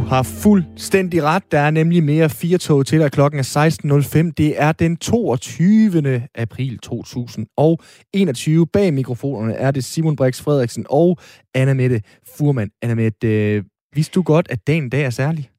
har fuldstændig ret. Der er nemlig mere 4-tog til, og klokken er 16.05. Det er den 22. april 2021. Bag mikrofonerne er det Simon Brix Frederiksen og Anna Mette Fuhrmann. Anna Mette, vidste du godt, at dagen i dag er særlig?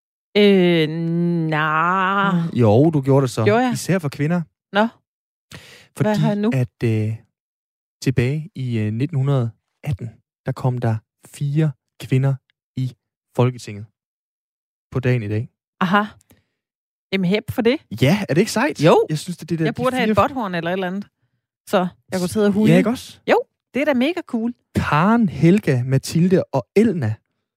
Nej. Jo, du gjorde det så. Gjorde jeg? Især for kvinder. Nå. Fordi hvad har jeg nu? at tilbage i 1918, der kom der 4 kvinder i Folketinget på dagen i dag. Aha. Jamen hæb for det. Ja, er det ikke sejt? Jo. Jeg synes, det der, jeg burde have et botthorn eller et eller andet. Så jeg kunne sidde og hude. Ja, ikke også? Jo, det er da mega cool. Karen, Helga, Mathilde og Elna.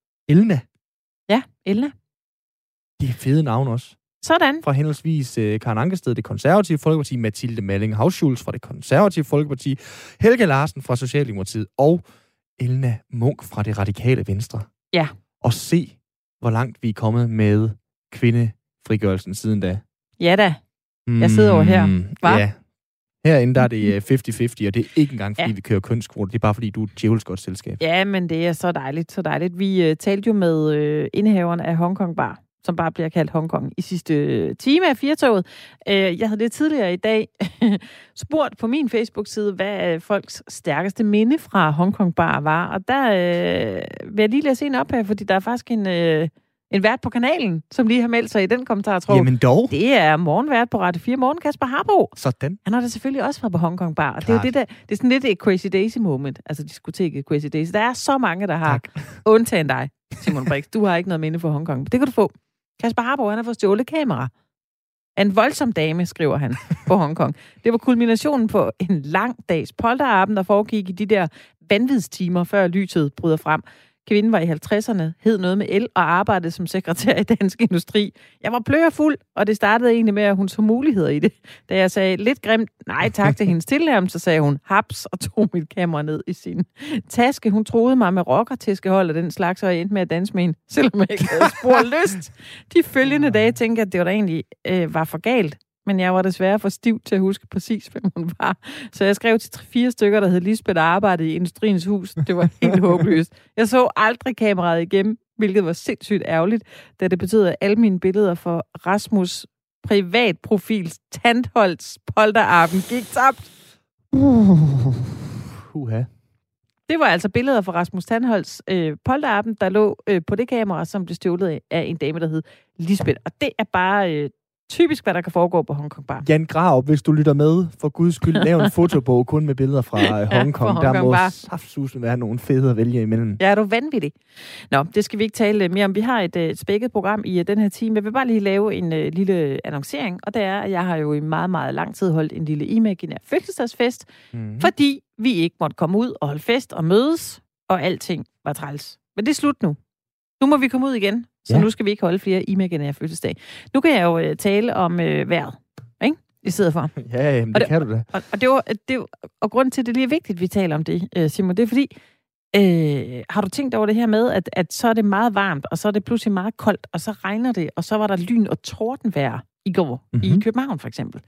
Ja, Elna. Det er fede navne også. Sådan. Fra henholdsvis Karen Ankested, det konservative Folkeparti, Mathilde Malling Havschultz fra det konservative Folkeparti, Helga Larsen fra Socialdemokratiet og Elna Munch fra det radikale Venstre. Ja. Og se, hvor langt vi er kommet med kvindefrigørelsen siden da. Ja da. Jeg sidder over her. Hva? Ja. Herinde der er det 50-50, og det er ikke engang, fordi vi kører kønskvote. Det er bare, fordi du er et djævelsk godt selskab. Ja, men det er så dejligt, så dejligt. Vi talte jo med indehaveren af Hong Kong Bar, som bare bliver kaldt Hong Kong, i sidste time af 4-toget. Jeg havde lidt tidligere i dag spurgt på min Facebook-side, hvad folks stærkeste minde fra Hong Kong Bar var. Og der vil jeg lige læse en op her, fordi der er faktisk en vært på kanalen, som lige har meldt sig i den kommentar. Jamen dog. Det er morgenvært på Radio 4 Morgen, Kasper Harbo. Sådan. Han har det selvfølgelig også fra på Hong Kong Bar. Og det er jo det der, det er sådan lidt et Crazy Daisy moment, altså diskoteket Crazy Daisy. Der er så mange, der har undtagen dig, Simon Brix. Du har ikke noget minde for Hong Kong. Det kan du få. Kasper Harbo, han har fået stjålet kamera. En voldsom dame, skriver han på Hong Kong. Det var kulminationen på en lang dags polterabend, der foregik i de der vanvidstimer, før lyset bryder frem. Kvinden var i 50'erne, hed noget med el og arbejdede som sekretær i Dansk Industri. Jeg var bløderfuld, og det startede egentlig med, at hun så muligheder i det. Da jeg sagde lidt grimt nej tak til hendes tilnærmelse, så sagde hun haps og tog mit kamera ned i sin taske. Hun troede mig med rockertæskehold og den slags, og jeg endte med at danse med hende, selvom jeg ikke havde spor lyst. De følgende dage tænkte jeg, at det var da egentlig var for galt. Men jeg var desværre for stiv til at huske præcis, hvem hun var. Så jeg skrev til 4 stykker, der hed Lisbeth og arbejdede i Industriens Hus. Det var helt håbløst. Jeg så aldrig kameraet igennem, hvilket var sindssygt ærgerligt, da det betød, at alle mine billeder for Rasmus' privatprofils Tandholts polterarben gik tabt. Det var altså billeder fra Rasmus Tandholts polterarben, der lå på det kamera, som blev stjålet af en dame, der hed Lisbeth. Og det er bare typisk, hvad der kan foregå på Hong Kong Bar. Jan Grav, hvis du lytter med, for guds skyld, lav en fotobog kun med billeder fra Hong Kong. Der må saftsusende være nogle fede at vælge imellem. Ja, er du vanvittig. Nå, det skal vi ikke tale mere om. Vi har et spækket program i den her time. Jeg vil bare lige lave en lille annoncering, og det er, at jeg har jo i meget, meget lang tid holdt en lille imaginær fødselsdagsfest, fordi vi ikke måtte komme ud og holde fest og mødes, og alting var træls. Men det er slut nu. Nu må vi komme ud igen, så nu skal vi ikke holde flere imaginære fødselsdage. Nu kan jeg jo tale om vejret, ikke? I stedet for. Ja, jamen, det kan du da. Og grunden til, at det lige er vigtigt, at vi taler om det, Simon, det er fordi, har du tænkt over det her med, at så er det meget varmt, og så er det pludselig meget koldt, og så regner det, og så var der lyn og tordenvejr i går, i København for eksempel.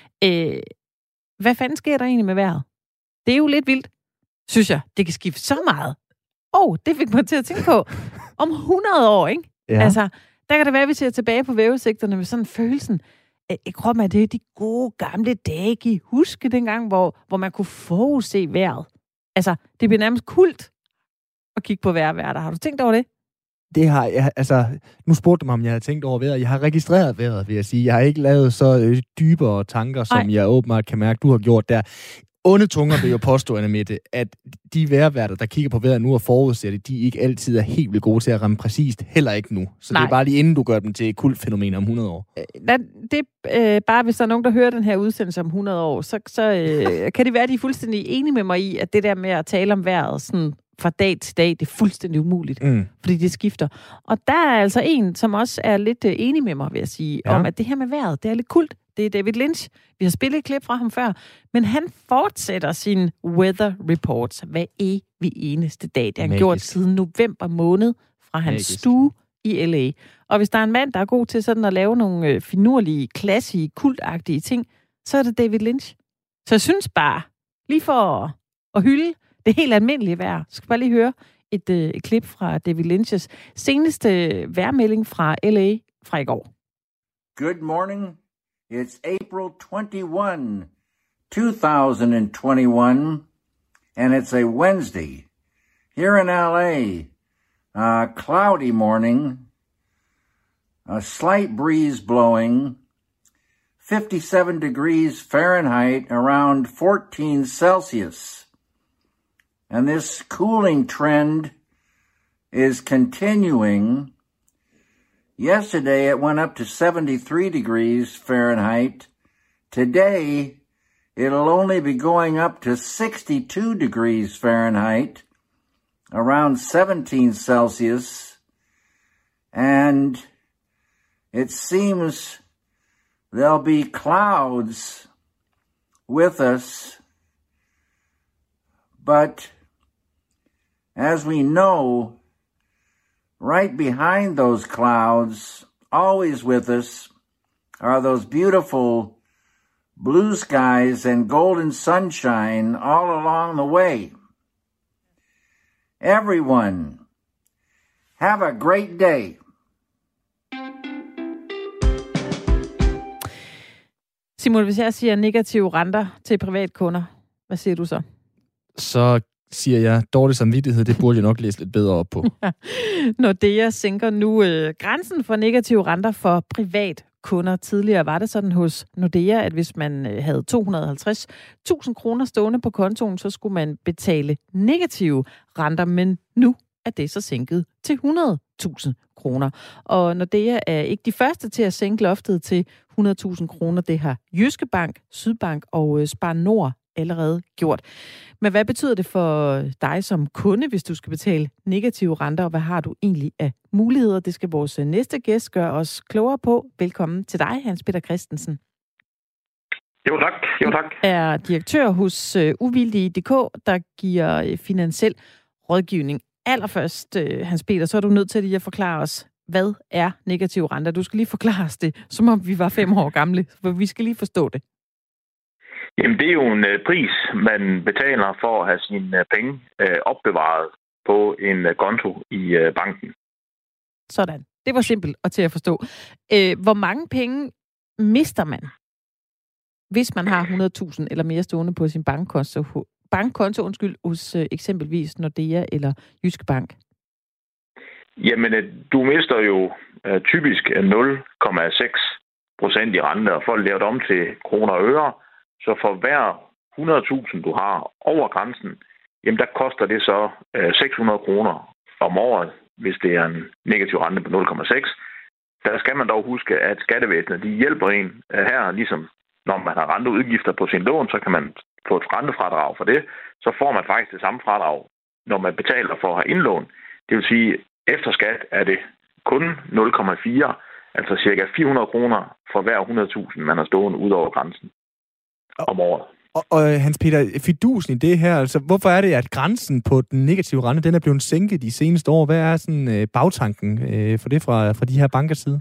Hvad fanden sker der egentlig med vejret? Det er jo lidt vildt, synes jeg. Det kan skifte så meget. Det fik mig til at tænke på. Om 100 år, ikke? Ja. Altså, der kan det være, at vi ser tilbage på vævesigterne med sådan følelsen i kroppen af det de gode gamle dage. I huske dengang, hvor man kunne forudse vejret. Altså, det bliver nærmest kult at kigge på vejrværter. Har du tænkt over det? Det har jeg, altså, nu spurgte du mig, om jeg har tænkt over vejret. Jeg har registreret vejret, vil jeg sige. Jeg har ikke lavet så dybere tanker, som jeg åbenbart kan mærke, du har gjort der. Onde tunger vil jo påstå, Anna Mette, at de vejrværter, der kigger på vejret nu og forudser det, de ikke altid er helt vildt gode til at ramme præcist, heller ikke nu. Så det er bare lige inden, du gør dem til et kultfænomen om 100 år. Det er bare, hvis der er nogen, der hører den her udsendelse om 100 år, så kan det være, at de er fuldstændig enige med mig i, at det der med at tale om vejret sådan fra dag til dag, det er fuldstændig umuligt, fordi det skifter. Og der er altså en, som også er lidt enig med mig, vil jeg sige, om at det her med vejret, det er lidt kult. Det er David Lynch. Vi har spillet et klip fra ham før. Men han fortsætter sin weather reports hver evig eneste dag. Det har han gjort siden november måned fra hans stue i L.A. Og hvis der er en mand, der er god til sådan at lave nogle finurlige, klassiske, kultagtige ting, så er det David Lynch. Så jeg synes bare, lige for at hylde det helt almindelige vejr, så skal bare lige høre et klip fra David Lynch's seneste vejrmelding fra LA fra i går. Good morning. It's April 21, 2021, and it's a Wednesday. Here in LA, a cloudy morning, a slight breeze blowing, 57 degrees Fahrenheit, around 14 Celsius. And this cooling trend is continuing. Yesterday it went up to 73 degrees Fahrenheit. Today it'll only be going up to 62 degrees Fahrenheit, around 17 Celsius. And it seems there'll be clouds with us, but as we know, right behind those clouds, always with us, are those beautiful blue skies and golden sunshine all along the way. Everyone, have a great day. Simon, hvis jeg siger negative renter til privatkunder, hvad siger du så? Så siger jeg, dårlig samvittighed, det burde jeg nok læse lidt bedre op på. Nordea sænker nu grænsen for negative renter for privatkunder. Tidligere var det sådan hos Nordea, at hvis man havde 250.000 kroner stående på kontoen, så skulle man betale negative renter, men nu er det så sænket til 100.000 kroner. Og Nordea er ikke de første til at sænke loftet til 100.000 kroner. Det har Jyske Bank, Sydbank og Spar Nord allerede gjort. Men hvad betyder det for dig som kunde, hvis du skal betale negative renter, og hvad har du egentlig af muligheder? Det skal vores næste gæst gøre os klogere på. Velkommen til dig, Hans Peter Christensen. Jo tak. Er direktør hos Uvildige.dk, der giver finansiel rådgivning. Allerførst, Hans Peter, så er du nødt til lige at forklare os, hvad er negative renter? Du skal lige forklare os det, som om vi var 5 år gamle, for vi skal lige forstå det. Jamen, det er jo en pris, man betaler for at have sine penge opbevaret på en konto i banken. Sådan. Det var simpelt og til at forstå. Hvor mange penge mister man, hvis man har 100.000 eller mere stående på sin bankkonto hos eksempelvis Nordea eller Jyske Bank? Jamen, du mister jo typisk 0,6% i rente, og folk laver det om til kroner og øre. Så for hver 100.000, du har over grænsen, jamen der koster det så 600 kroner om året, hvis det er en negativ rente på 0,6. Der skal man dog huske, at skattevæsenet, de hjælper en her, ligesom når man har renteudgifter på sin lån, så kan man få et rentefradrag for det. Så får man faktisk det samme fradrag, når man betaler for at have indlån. Det vil sige, efter skat er det kun 0,4, altså cirka 400 kroner for hver 100.000, man har stående ud over grænsen om året. Og Hans Peter, fidusen i det her, altså hvorfor er det, at grænsen på den negative rente, den er blevet sænket de seneste år? Hvad er sådan bagtanken for det fra de her bankers side?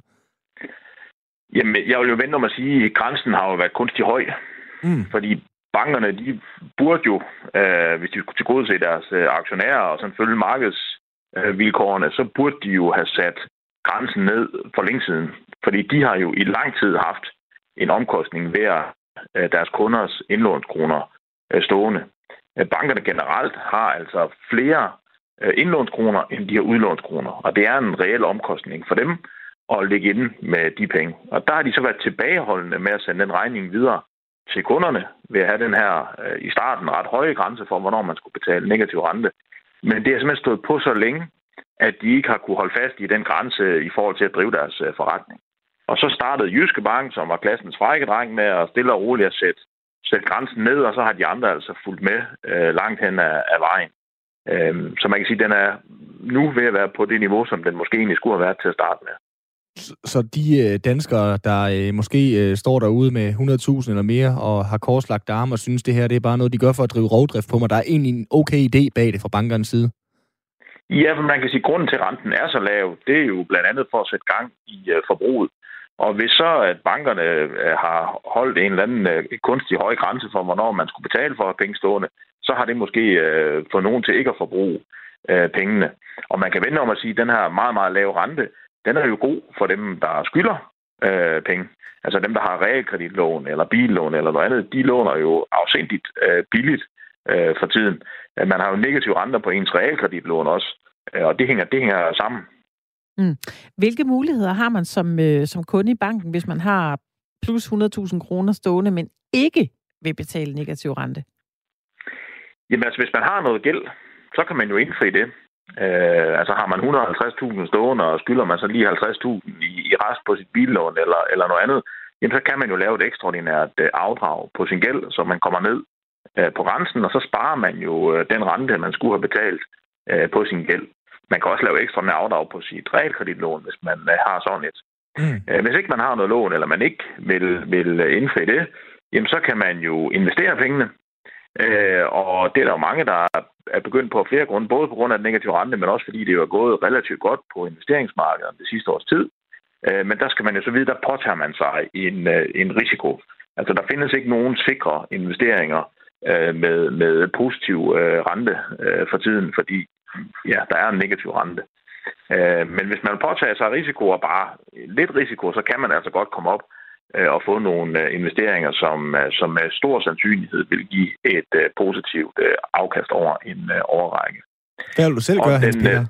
Jamen, jeg vil jo vente om at sige, at grænsen har jo været kunstigt høj. Fordi bankerne, de burde jo, hvis de skulle tilgodese deres aktionærer og sådan følge markedsvilkårene, så burde de jo have sat grænsen ned for længe siden. Fordi de har jo i lang tid haft en omkostning ved at deres kunders indlånskroner stående. Bankerne generelt har altså flere indlånskroner, end de har udlånskroner. Og det er en reel omkostning for dem at ligge inde med de penge. Og der har de så været tilbageholdende med at sende den regning videre til kunderne ved at have den her i starten ret høje grænse for, hvornår man skulle betale negativ rente. Men det har simpelthen stået på så længe, at de ikke har kunne holde fast i den grænse i forhold til at drive deres forretning. Og så startede Jyske Bank, som var klassens frække dreng, med at stille og roligt at sætte grænsen ned, og så har de andre altså fulgt med langt hen af vejen. Så man kan sige, at den er nu ved at være på det niveau, som den måske egentlig skulle have været til at starte med. Så de danskere, der måske står derude med 100.000 eller mere og har korslagt arme og synes, det her det er bare noget, de gør for at drive rovdrift på mig, der er egentlig en okay idé bag det fra bankernes side? Ja, for man kan sige, at grunden til, at renten er så lav, det er jo blandt andet for at sætte gang i forbruget. Og hvis så, at bankerne har holdt en eller anden kunstig høj grænse for, hvornår man skulle betale for penge stående, så har det måske fået nogen til ikke at forbruge. pengene. Og man kan vende om at sige, at den her meget, meget lave rente, den er jo god for dem, der skylder penge. Altså dem, der har realkreditlån eller billån eller noget andet, de låner jo afsindigt billigt for tiden. Man har jo negative renter på ens realkreditlån også, og det hænger sammen. Mm. Hvilke muligheder har man som kunde i banken, hvis man har plus 100.000 kroner stående, men ikke vil betale negativ rente? Jamen altså, hvis man har noget gæld, så kan man jo indfri det. Altså har man 150.000 stående, og skylder man så lige 50.000 i rest på sit billån eller noget andet, jamen så kan man jo lave et ekstraordinært afdrag på sin gæld, så man kommer ned på grænsen, og så sparer man jo den rente, man skulle have betalt på sin gæld. Man kan også lave ekstraordinært afdrag på sit realkreditlån, hvis man har sådan et. Hvis ikke man har noget lån, eller man ikke vil indfri det, jamen så kan man jo investere pengene. Og det er der jo mange, der er begyndt på flere grunde, både på grund af den negative rente, men også fordi det jo er gået relativt godt på investeringsmarkedet det sidste års tid. Men der skal man jo så vide, der påtager man sig en risiko. Altså der findes ikke nogen sikre investeringer med positiv rente for tiden, fordi ja, der er en negativ rente. Men hvis man påtager sig risiko og bare lidt risiko, så kan man altså godt komme op og få nogle investeringer, som med stor sandsynlighed vil give et positivt afkast over en årrække. Hvad vil du selv gøre, Hans Peter?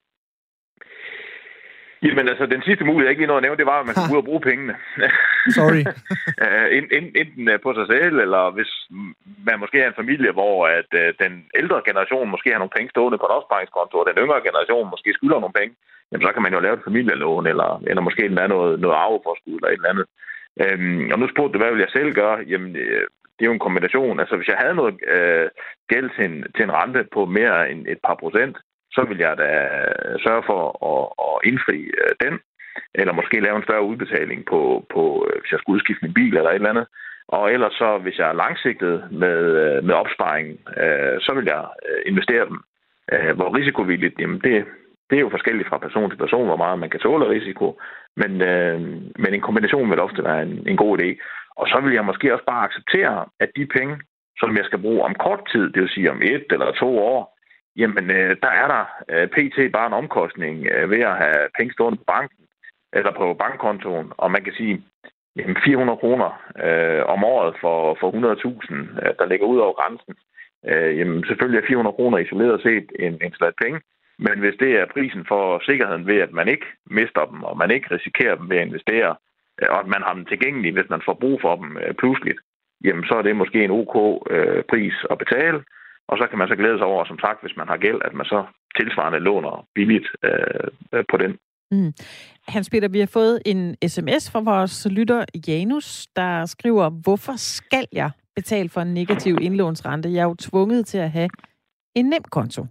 Jamen altså, den sidste mulighed, jeg ikke lige nåede at nævne, det var, at man skulle ud og bruge pengene. Sorry. Enten på sig selv, eller hvis man måske er en familie, hvor at den ældre generation måske har nogle penge stående på en opsparingskonto, og den yngre generation måske skylder nogle penge, jamen så kan man jo lave et familielån, eller måske noget arveforskud, eller et eller andet. Og nu spurgte du, hvad vil jeg selv gøre? Jamen, det er jo en kombination. Altså, hvis jeg havde noget gæld til en rente på mere end et par procent, så vil jeg da sørge for at indfri den, eller måske lave en større udbetaling på hvis jeg skulle udskifte min bil eller et eller andet. Og ellers så, hvis jeg er langsigtet med opsparing, så vil jeg investere dem. Hvor risikovilligt, jamen det er jo forskelligt fra person til person, hvor meget man kan tåle risiko, men en kombination vil ofte være en god idé. Og så vil jeg måske også bare acceptere, at de penge, som jeg skal bruge om kort tid, det vil sige om 1 eller 2 år, jamen der er der pt. Bare en omkostning ved at have penge stående på banken, eller på bankkontoen, og man kan sige, jamen 400 kroner om året for 100.000, der ligger ud over grænsen. Jamen selvfølgelig er 400 kroner isoleret set en slat penge, men hvis det er prisen for sikkerheden ved, at man ikke mister dem, og man ikke risikerer dem ved at investere, og at man har dem tilgængelige, hvis man får brug for dem pludseligt, jamen så er det måske en OK pris at betale, og så kan man så glæde sig over, som sagt, hvis man har gæld, at man så tilsvarende låner billigt på den. Mm. Hans Peter, vi har fået en sms fra vores lytter Janus, der skriver, hvorfor skal jeg betale for en negativ indlånsrente? Jeg er jo tvunget til at have en nem konto.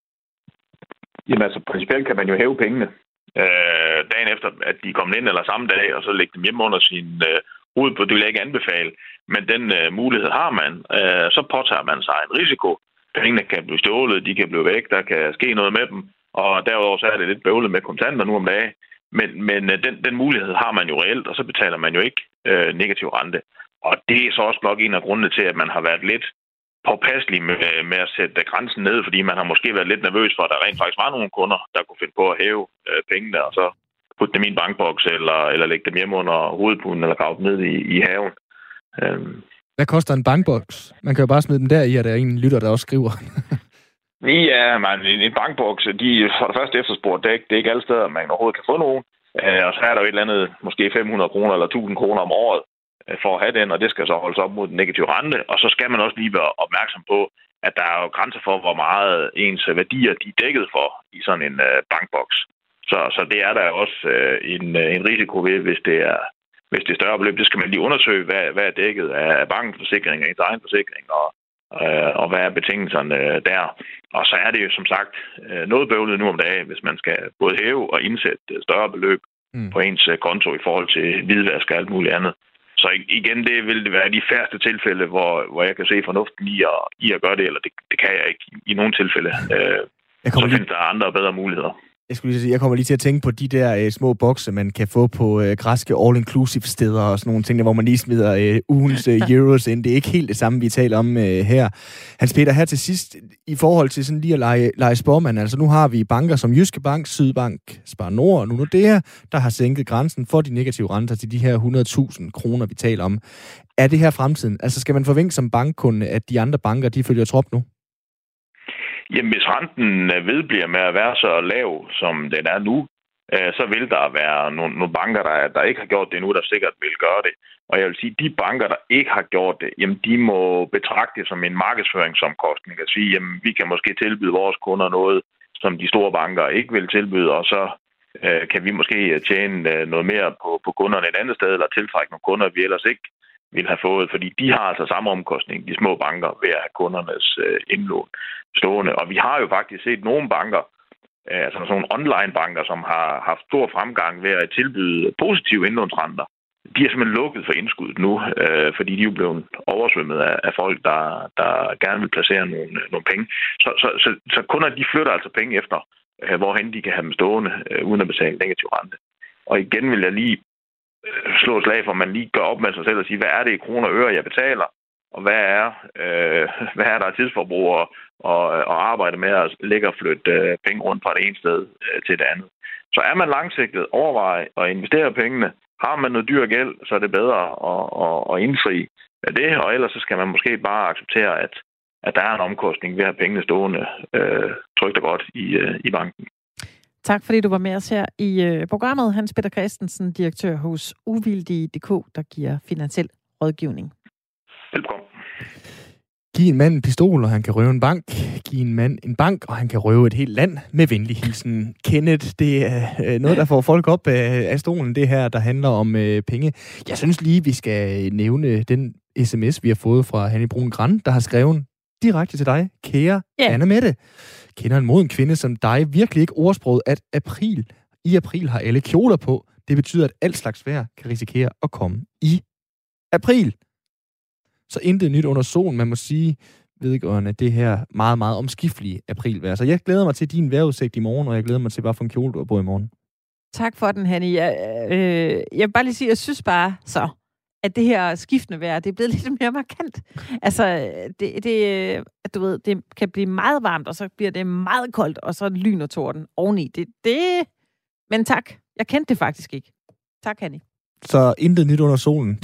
Jamen altså, principielt kan man jo hæve pengene dagen efter, at de kommer ind, eller samme dag, og så lægge dem hjem under sin hoved på. Det vil jeg ikke anbefale, men den mulighed har man. Så påtager man sig en risiko. Pengene kan blive stjålet, de kan blive væk, der kan ske noget med dem, og derudover så er det lidt bøvlet med kontanter nu om dagen. Men den mulighed har man jo reelt, og så betaler man jo ikke negativ rente. Og det er så også nok en af grundene til, at man har været lidt påpasselig med at sætte grænsen ned, fordi man har måske været lidt nervøs for, at der rent faktisk var nogle kunder, der kunne finde på at hæve pengene, og så putte dem i en bankboks, eller lægge dem hjem under hovedpuden, eller grave dem ned i haven. Hvad koster en bankboks? Man kan jo bare smide dem der i, og der er en lytter, der også skriver. Ja, men en bankboks, de for det første efterspurgt, det er ikke alle steder, man overhovedet kan få nogen. Og så er der jo et eller andet, måske 500 kroner eller 1000 kroner om året for at have den, og det skal så holdes op mod den negative rente. Og så skal man også lige være opmærksom på, at der er jo grænser for, hvor meget ens værdier de er dækket for i sådan en bankboks. Så det er der også en risiko ved, hvis det er større beløb. Det skal man lige undersøge, hvad er dækket af bankens forsikring, af ens egen forsikring, og hvad er betingelserne der. Og så er det jo som sagt noget bøvlet nu om dagen, hvis man skal både hæve og indsætte større beløb på ens konto i forhold til hvidvask og alt muligt andet. Så igen, det vil være de færreste tilfælde, hvor jeg kan se fornuften i at gøre det, eller det kan jeg ikke i nogle tilfælde. Så findes der andre og bedre muligheder. Jeg kommer lige til at tænke på de der små bokse, man kan få på græske all-inclusive steder og sådan nogle ting, der, hvor man lige smider ugens euros ind. Det er ikke helt det samme, vi taler om her. Hans Peter, her til sidst, i forhold til sådan lige at lege spormand, altså nu har vi banker som Jyske Bank, Sydbank, Spar Nord og nu Nordea, der har sænket grænsen for de negative renter til de her 100.000 kroner, vi taler om. Er det her fremtiden? Altså skal man forvente som bankkunde, at de andre banker, de følger trop nu? Jamen, hvis renten vedbliver med at være så lav, som den er nu, så vil der være nogle banker, der ikke har gjort det nu, der sikkert vil gøre det. Og jeg vil sige, at de banker, der ikke har gjort det, jamen, de må betragte det som en markedsføringsomkostning. At sige, jamen, vi kan måske tilbyde vores kunder noget, som de store banker ikke vil tilbyde, og så kan vi måske tjene noget mere på kunderne et andet sted, eller tiltrække nogle kunder, vi ellers ikke vil have fået, fordi de har altså samme omkostning, de små banker, ved at have kundernes indlån stående. Og vi har jo faktisk set nogle banker, altså sådan nogle online-banker, som har haft stor fremgang ved at tilbyde positive indlånsrenter. De er simpelthen lukket for indskuddet nu, fordi de er jo blevet oversvømmet af folk, der gerne vil placere nogle penge. Så kunder, de flytter altså penge efter, hvorhen de kan have dem stående, uden at betale negativ rente. Og igen vil jeg lige slå et slag for, at man lige gør op med sig selv og sige, hvad er det i kroner og øre, jeg betaler, og hvad er der tidsforbrug og arbejde med at lægge og flytte penge rundt fra det ene sted til det andet. Så er man langsigtet, overveje at investere pengene. Har man noget dyr gæld, så er det bedre at indfri det, og ellers så skal man måske bare acceptere, at der er en omkostning ved at have pengene stående trygt og godt i banken. Tak fordi du var med os her i programmet. Hans Peter Christensen, direktør hos Uvildige.dk, der giver finansiel rådgivning. Velkommen. Giv en mand en pistol, og han kan røve en bank. Giv en mand en bank, og han kan røve et helt land. Med venlig hilsen, Kenneth. Det er noget, der får folk op af stolen, det her, der handler om penge. Jeg synes lige, vi skal nævne den sms, vi har fået fra Hanne Brun Gran, der har skrevet direkte til dig, kære Anna Mette. Kender en moden kvinde som dig virkelig ikke ordsproget, at i april har alle kjoler på. Det betyder, at alt slags vejr kan risikere at komme i april. Så intet nyt under solen, man må sige, vedgørende det her meget, meget omskiftelige aprilvejr. Så jeg glæder mig til din vejrudsigt i morgen, og jeg glæder mig til, hvad for en kjole du har på i morgen. Tak for den, Hanne. Jeg vil bare lige sige, jeg synes bare så, at det her skiftende vejr, det er blevet lidt mere markant. Altså, du ved, det kan blive meget varmt, og så bliver det meget koldt, og så lyn og torden oveni. Men tak. Jeg kendte det faktisk ikke. Tak, Hanne. Så intet nyt under solen.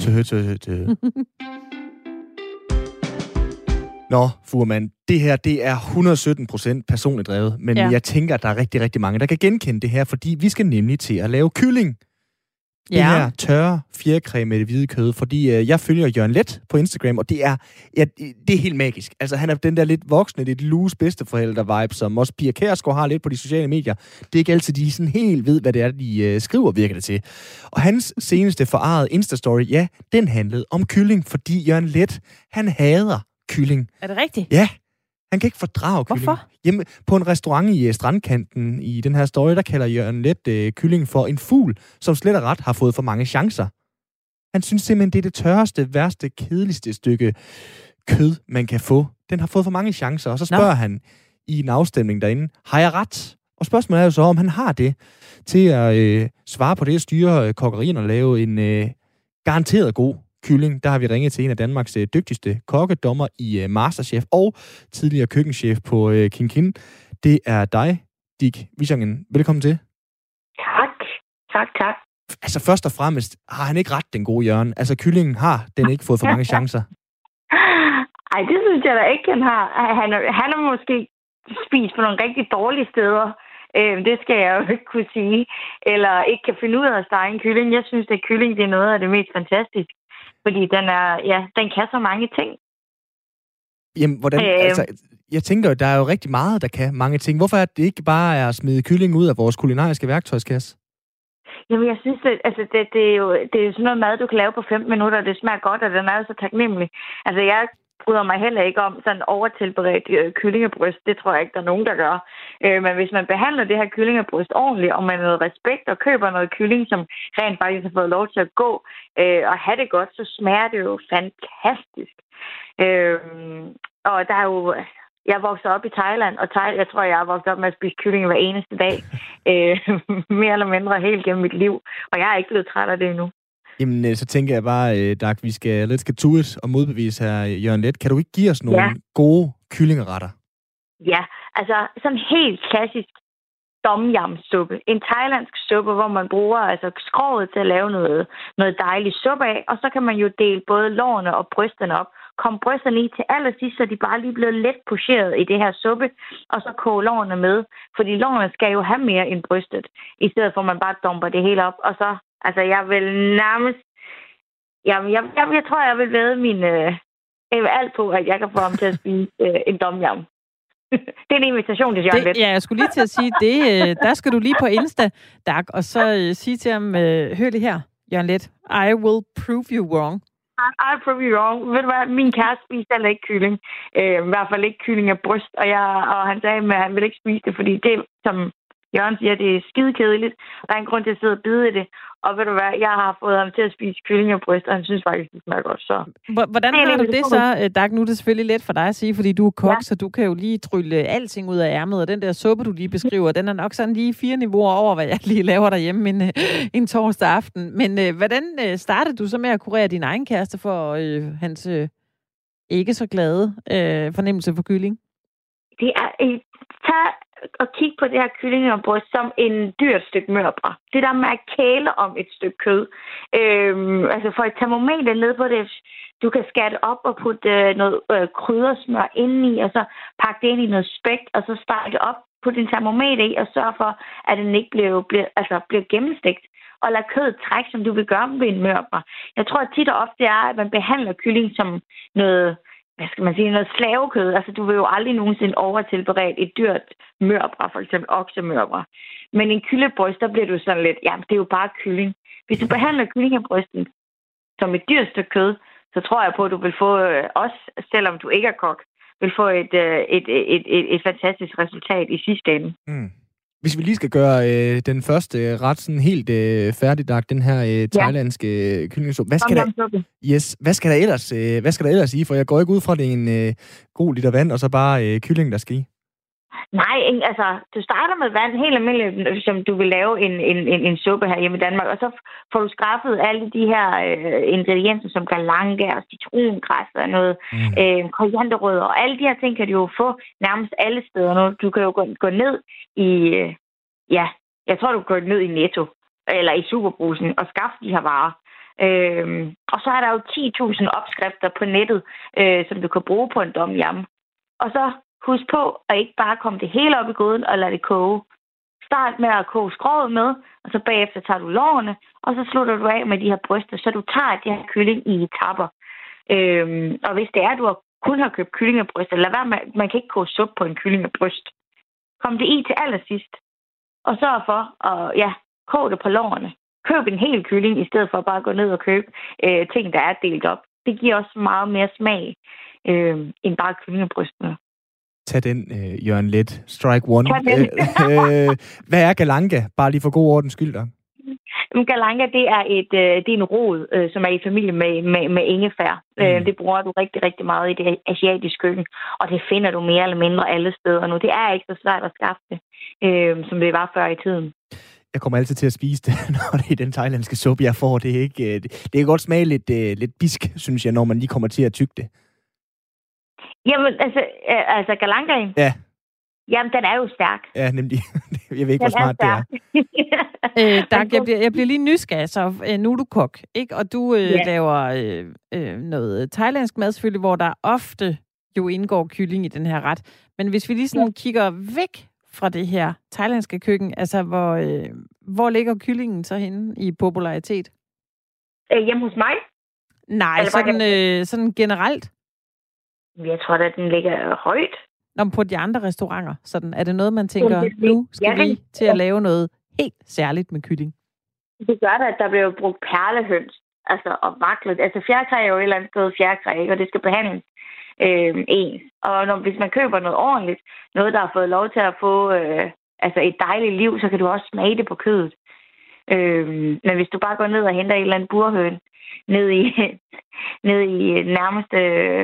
Nå, Fuhrmann, det her, det er 117% personligt drevet, men jeg tænker, at der er rigtig, rigtig mange, der kan genkende det her, fordi vi skal nemlig til at lave kylling. Det her tørre fjerkræ med det hvide kød, fordi jeg følger Jørgen Leth på Instagram, og det er helt magisk. Altså, han er den der lidt voksne, lidt loose bedsteforældre-vibe, som også Pia Kjærsgaard har lidt på de sociale medier. Det er ikke altid, de sådan helt ved, hvad det er, de skriver, virker det til. Og hans seneste forarrede Insta-story, ja, den handlede om kylling, fordi Jørgen Leth, han hader kylling. Er det rigtigt? Ja. Han kan ikke fordrage kylling. Hvorfor? Hjemme på en restaurant i strandkanten i den her story, der kalder Jørgen Leth kylling for en fugl, som slet og ret har fået for mange chancer. Han synes simpelthen, det er det tørreste, værste, kedeligste stykke kød, man kan få. Den har fået for mange chancer, og så spørger han i en afstemning derinde, har jeg ret? Og spørgsmålet er jo så, om han har det til at svare på det, at styre kokkerien og lave en garanteret god kylling. Der har vi ringet til en af Danmarks dygtigste kokkedommer i Masterchef og tidligere køkkenchef på Kin Kin. Det er dig, Dick Wischungen. Velkommen til. Tak. Altså først og fremmest, har han ikke ret, den gode Jørgen? Altså kyllingen har den ikke fået for mange chancer? Ej, det synes jeg da ikke, han har. Han har måske spist på nogle rigtig dårlige steder. Det skal jeg jo ikke kunne sige. Eller ikke kan finde ud af at stege en kylling. Jeg synes, at kylling det er noget af det mest fantastiske. Fordi den kan så mange ting. Jamen, hvordan, altså, jeg tænker, der er jo rigtig meget, der kan mange ting. Hvorfor er det ikke bare at smide kylling ud af vores kulinariske værktøjskasse? Jamen, jeg synes, det er jo sådan noget mad, du kan lave på 15 minutter, og det smager godt, og den er jo så taknemmelig. Altså, jeg bryder mig heller ikke om sådan overtilberedt kyllingebryst. Det tror jeg ikke, der er nogen, der gør. Men hvis man behandler det her kyllingebryst ordentligt, og med noget respekt, og køber noget kylling, som rent faktisk har fået lov til at gå, og have det godt, så smager det jo fantastisk. Og der er jo... Jeg voksede op i Thailand, og jeg tror, jeg har vokset op med at spise kylling hver eneste dag. mere eller mindre helt gennem mit liv. Og jeg er ikke blevet træt af det endnu. Jamen, så tænker jeg bare, Dag, vi skal let's get to it og modbevise her, Jørgen Leth. Kan du ikke give os nogle gode kyllingeretter? Ja, altså sådan helt klassisk tom yum suppe. En thailandsk suppe, hvor man bruger altså skroget til at lave noget dejligt suppe af, og så kan man jo dele både lårene og brysterne op. Kom brysterne i til allersidst, så de bare lige blevet let pocheret i det her suppe, og så koge lårene med. Fordi lårene skal jo have mere end brystet, i stedet for at man bare dumper det hele op. Og så, altså jeg vil nærmest, jeg tror, jeg vil vædde min alt på, at jeg kan få ham til at spise en tom yum. Det er en invitation til Jørgen Leth. Ja, jeg skulle lige til at sige, der skal du lige på Insta, Dag, og så sige til ham, hør det her, Jørgen Leth, I will prove you wrong. I'll prove you wrong. Ved du hvad, min kæreste spiser heller ikke kylling. I hvert fald ikke kylling af bryst, og han sagde, at han vil ikke spise det, fordi det, som Jørgen siger, det er skide kedeligt, og der er en grund til at sidde og bide i det. Og ved du hvad, jeg har fået ham til at spise kylling af bryst, og han synes faktisk, det smager godt. Så. Hvordan har du det så, Dag? Nu er det selvfølgelig let for dig at sige, fordi du er kok, så du kan jo lige trylle alting ud af ærmet, og den der suppe, du lige beskriver, den er nok sådan lige 4 niveauer over, hvad jeg lige laver derhjemme en torsdag aften. Men hvordan startede du så med at kurere din egen kæreste for hans ikke så glade fornemmelse for kylling? Det er og kigge på det her kyllingebryst som en dyrt stykke mørbrad. Det der med at kæle om et stykke kød. Altså få et termometer ned på det. Du kan skære det op og putte noget kryddersmør indeni, og så pakke det ind i noget spæk, og så stege det op, putte en termometer i, og sørge for, at den ikke bliver gennemstegt. Og lad kødet trække, som du vil gøre med en mørbrad. Jeg tror, at tit og ofte er, at man behandler kylling som noget, hvad skal man sige, noget slavekød. Altså, du vil jo aldrig nogensinde overtilberede et dyrt mørbrad, for eksempel oksemørbrad. Men en kyllebryst, der bliver du sådan lidt, jamen, det er jo bare kylling. Hvis du behandler kyllingebrysten som et dyrt stykke kød, så tror jeg på, at du vil få, også selvom du ikke er kok, vil få et fantastisk resultat i sidste ende. Mm. Hvis vi lige skal gøre den første ret sådan helt færdigdag, den her thailandske kyllingesuppe. Hvad skal der ellers i? For jeg går ikke ud fra, det er en god liter vand, og så bare kylling, der skal i. Nej, altså, du starter med vand, helt almindeligt, som du vil lave en suppe her hjemme i Danmark, og så får du skaffet alle de her ingredienser, som galanga og citrongræs og noget korianderrødder, og alle de her ting kan du jo få nærmest alle steder nu. Du kan jo gå ned i, jeg tror, du kan gå ned i Netto, eller i Superbrugsen, og skaffe de her varer. Og så er der jo 10.000 opskrifter på nettet, som du kan bruge på en tom yum. Og så husk på at ikke bare komme det hele op i gryden og lade det koge. Start med at koge skroget med, og så bagefter tager du lårene, og så slutter du af med de her bryster, så du tager de her kylling i etapper. Og hvis det er, at du kun har købt kyllingebryster, lad være med, man kan ikke koge suppe på en kyllingebryst. Kom det i til allersidst, og sørg for at koge det på lårene. Køb en hel kylling, i stedet for bare at gå ned og købe ting, der er delt op. Det giver også meget mere smag end bare kyllingebrystene. Tag den, Jørgen Leth. Strike one. Hvad er galanga? Bare lige for god ordens skyld, da. Galanga, det er en rod, som er i familie med ingefær. Det bruger du rigtig, rigtig meget i det asiatiske køkken, og det finder du mere eller mindre alle steder nu. Det er ikke så svært at skaffe det, som det var før i tiden. Jeg kommer altid til at spise det, når det er den thailandske suppe, jeg får. Det er ikke, det kan godt smage lidt bisk, synes jeg, når man lige kommer til at tygge det. Jamen, altså galangaen? Ja. Jamen, den er jo stærk. Ja, nemlig. Jeg ved ikke, hvor smart det er. Dag, jeg bliver lige nysgerrig, så nu er du kok, ikke? Og du laver noget thailandsk mad selvfølgelig, hvor der ofte jo indgår kylling i den her ret. Men hvis vi lige sådan kigger væk fra det her thailandske køkken, altså hvor ligger kyllingen så henne i popularitet? Hjemme hos mig? Nej, sådan generelt. Jeg tror da, den ligger højt. På de andre restauranter, sådan, er det noget, man tænker, nu skal vi til at lave noget helt særligt med kylling? Det gør det, at der bliver brugt perlehøns, altså og vaklet. Altså fjerkræ er jo et eller andet sted fjerkræ, og det skal behandles ens. Og hvis man køber noget ordentligt, noget, der har fået lov til at få et dejligt liv, så kan du også smage det på kødet. Men hvis du bare går ned og henter en eller anden burhøn ned i nærmeste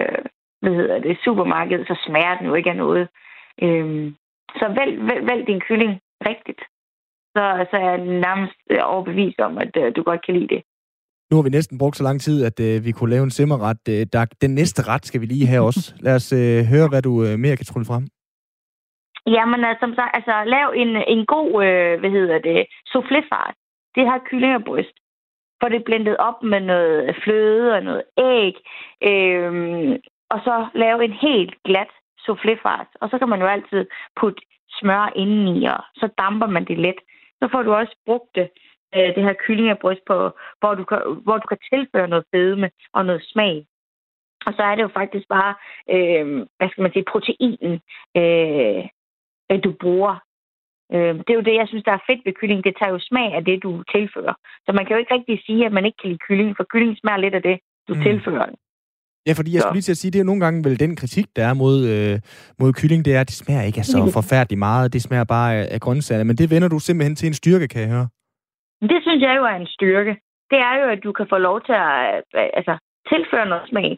supermarked, så smager den jo ikke af noget. Så vælg din kylling rigtigt. så er jeg nærmest overbevist om, at du godt kan lide det. Nu har vi næsten brugt så lang tid, at vi kunne lave en simmerret. Den næste ret skal vi lige have også. Lad os høre, hvad du mere kan trylle frem. Jamen, som sagt, lav en god, soufflé-fart. Det har kyllingebryst. For det blendet op med noget fløde og noget æg. Og så lave en helt glat soufflé-fart. Og så kan man jo altid putte smør indeni, og så damper man det let. Så får du også brugt det her kyllingebryst på, hvor du kan tilføre noget fedme og noget smag. Og så er det jo faktisk bare, proteinen, du bruger. Det er jo det, jeg synes, der er fedt ved kylling. Det tager jo smag af det, du tilfører. Så man kan jo ikke rigtig sige, at man ikke kan lide kylling, for kylling smager lidt af det, du tilfører. Ja, fordi jeg skulle lige til at sige, det er nogle gange vel den kritik, der er mod kylling, det er, at det smager ikke så forfærdeligt meget. Det smager bare af grøntsager. Men det vender du simpelthen til en styrke, kan jeg høre. Det synes jeg jo er en styrke. Det er jo, at du kan få lov til at tilføre noget smag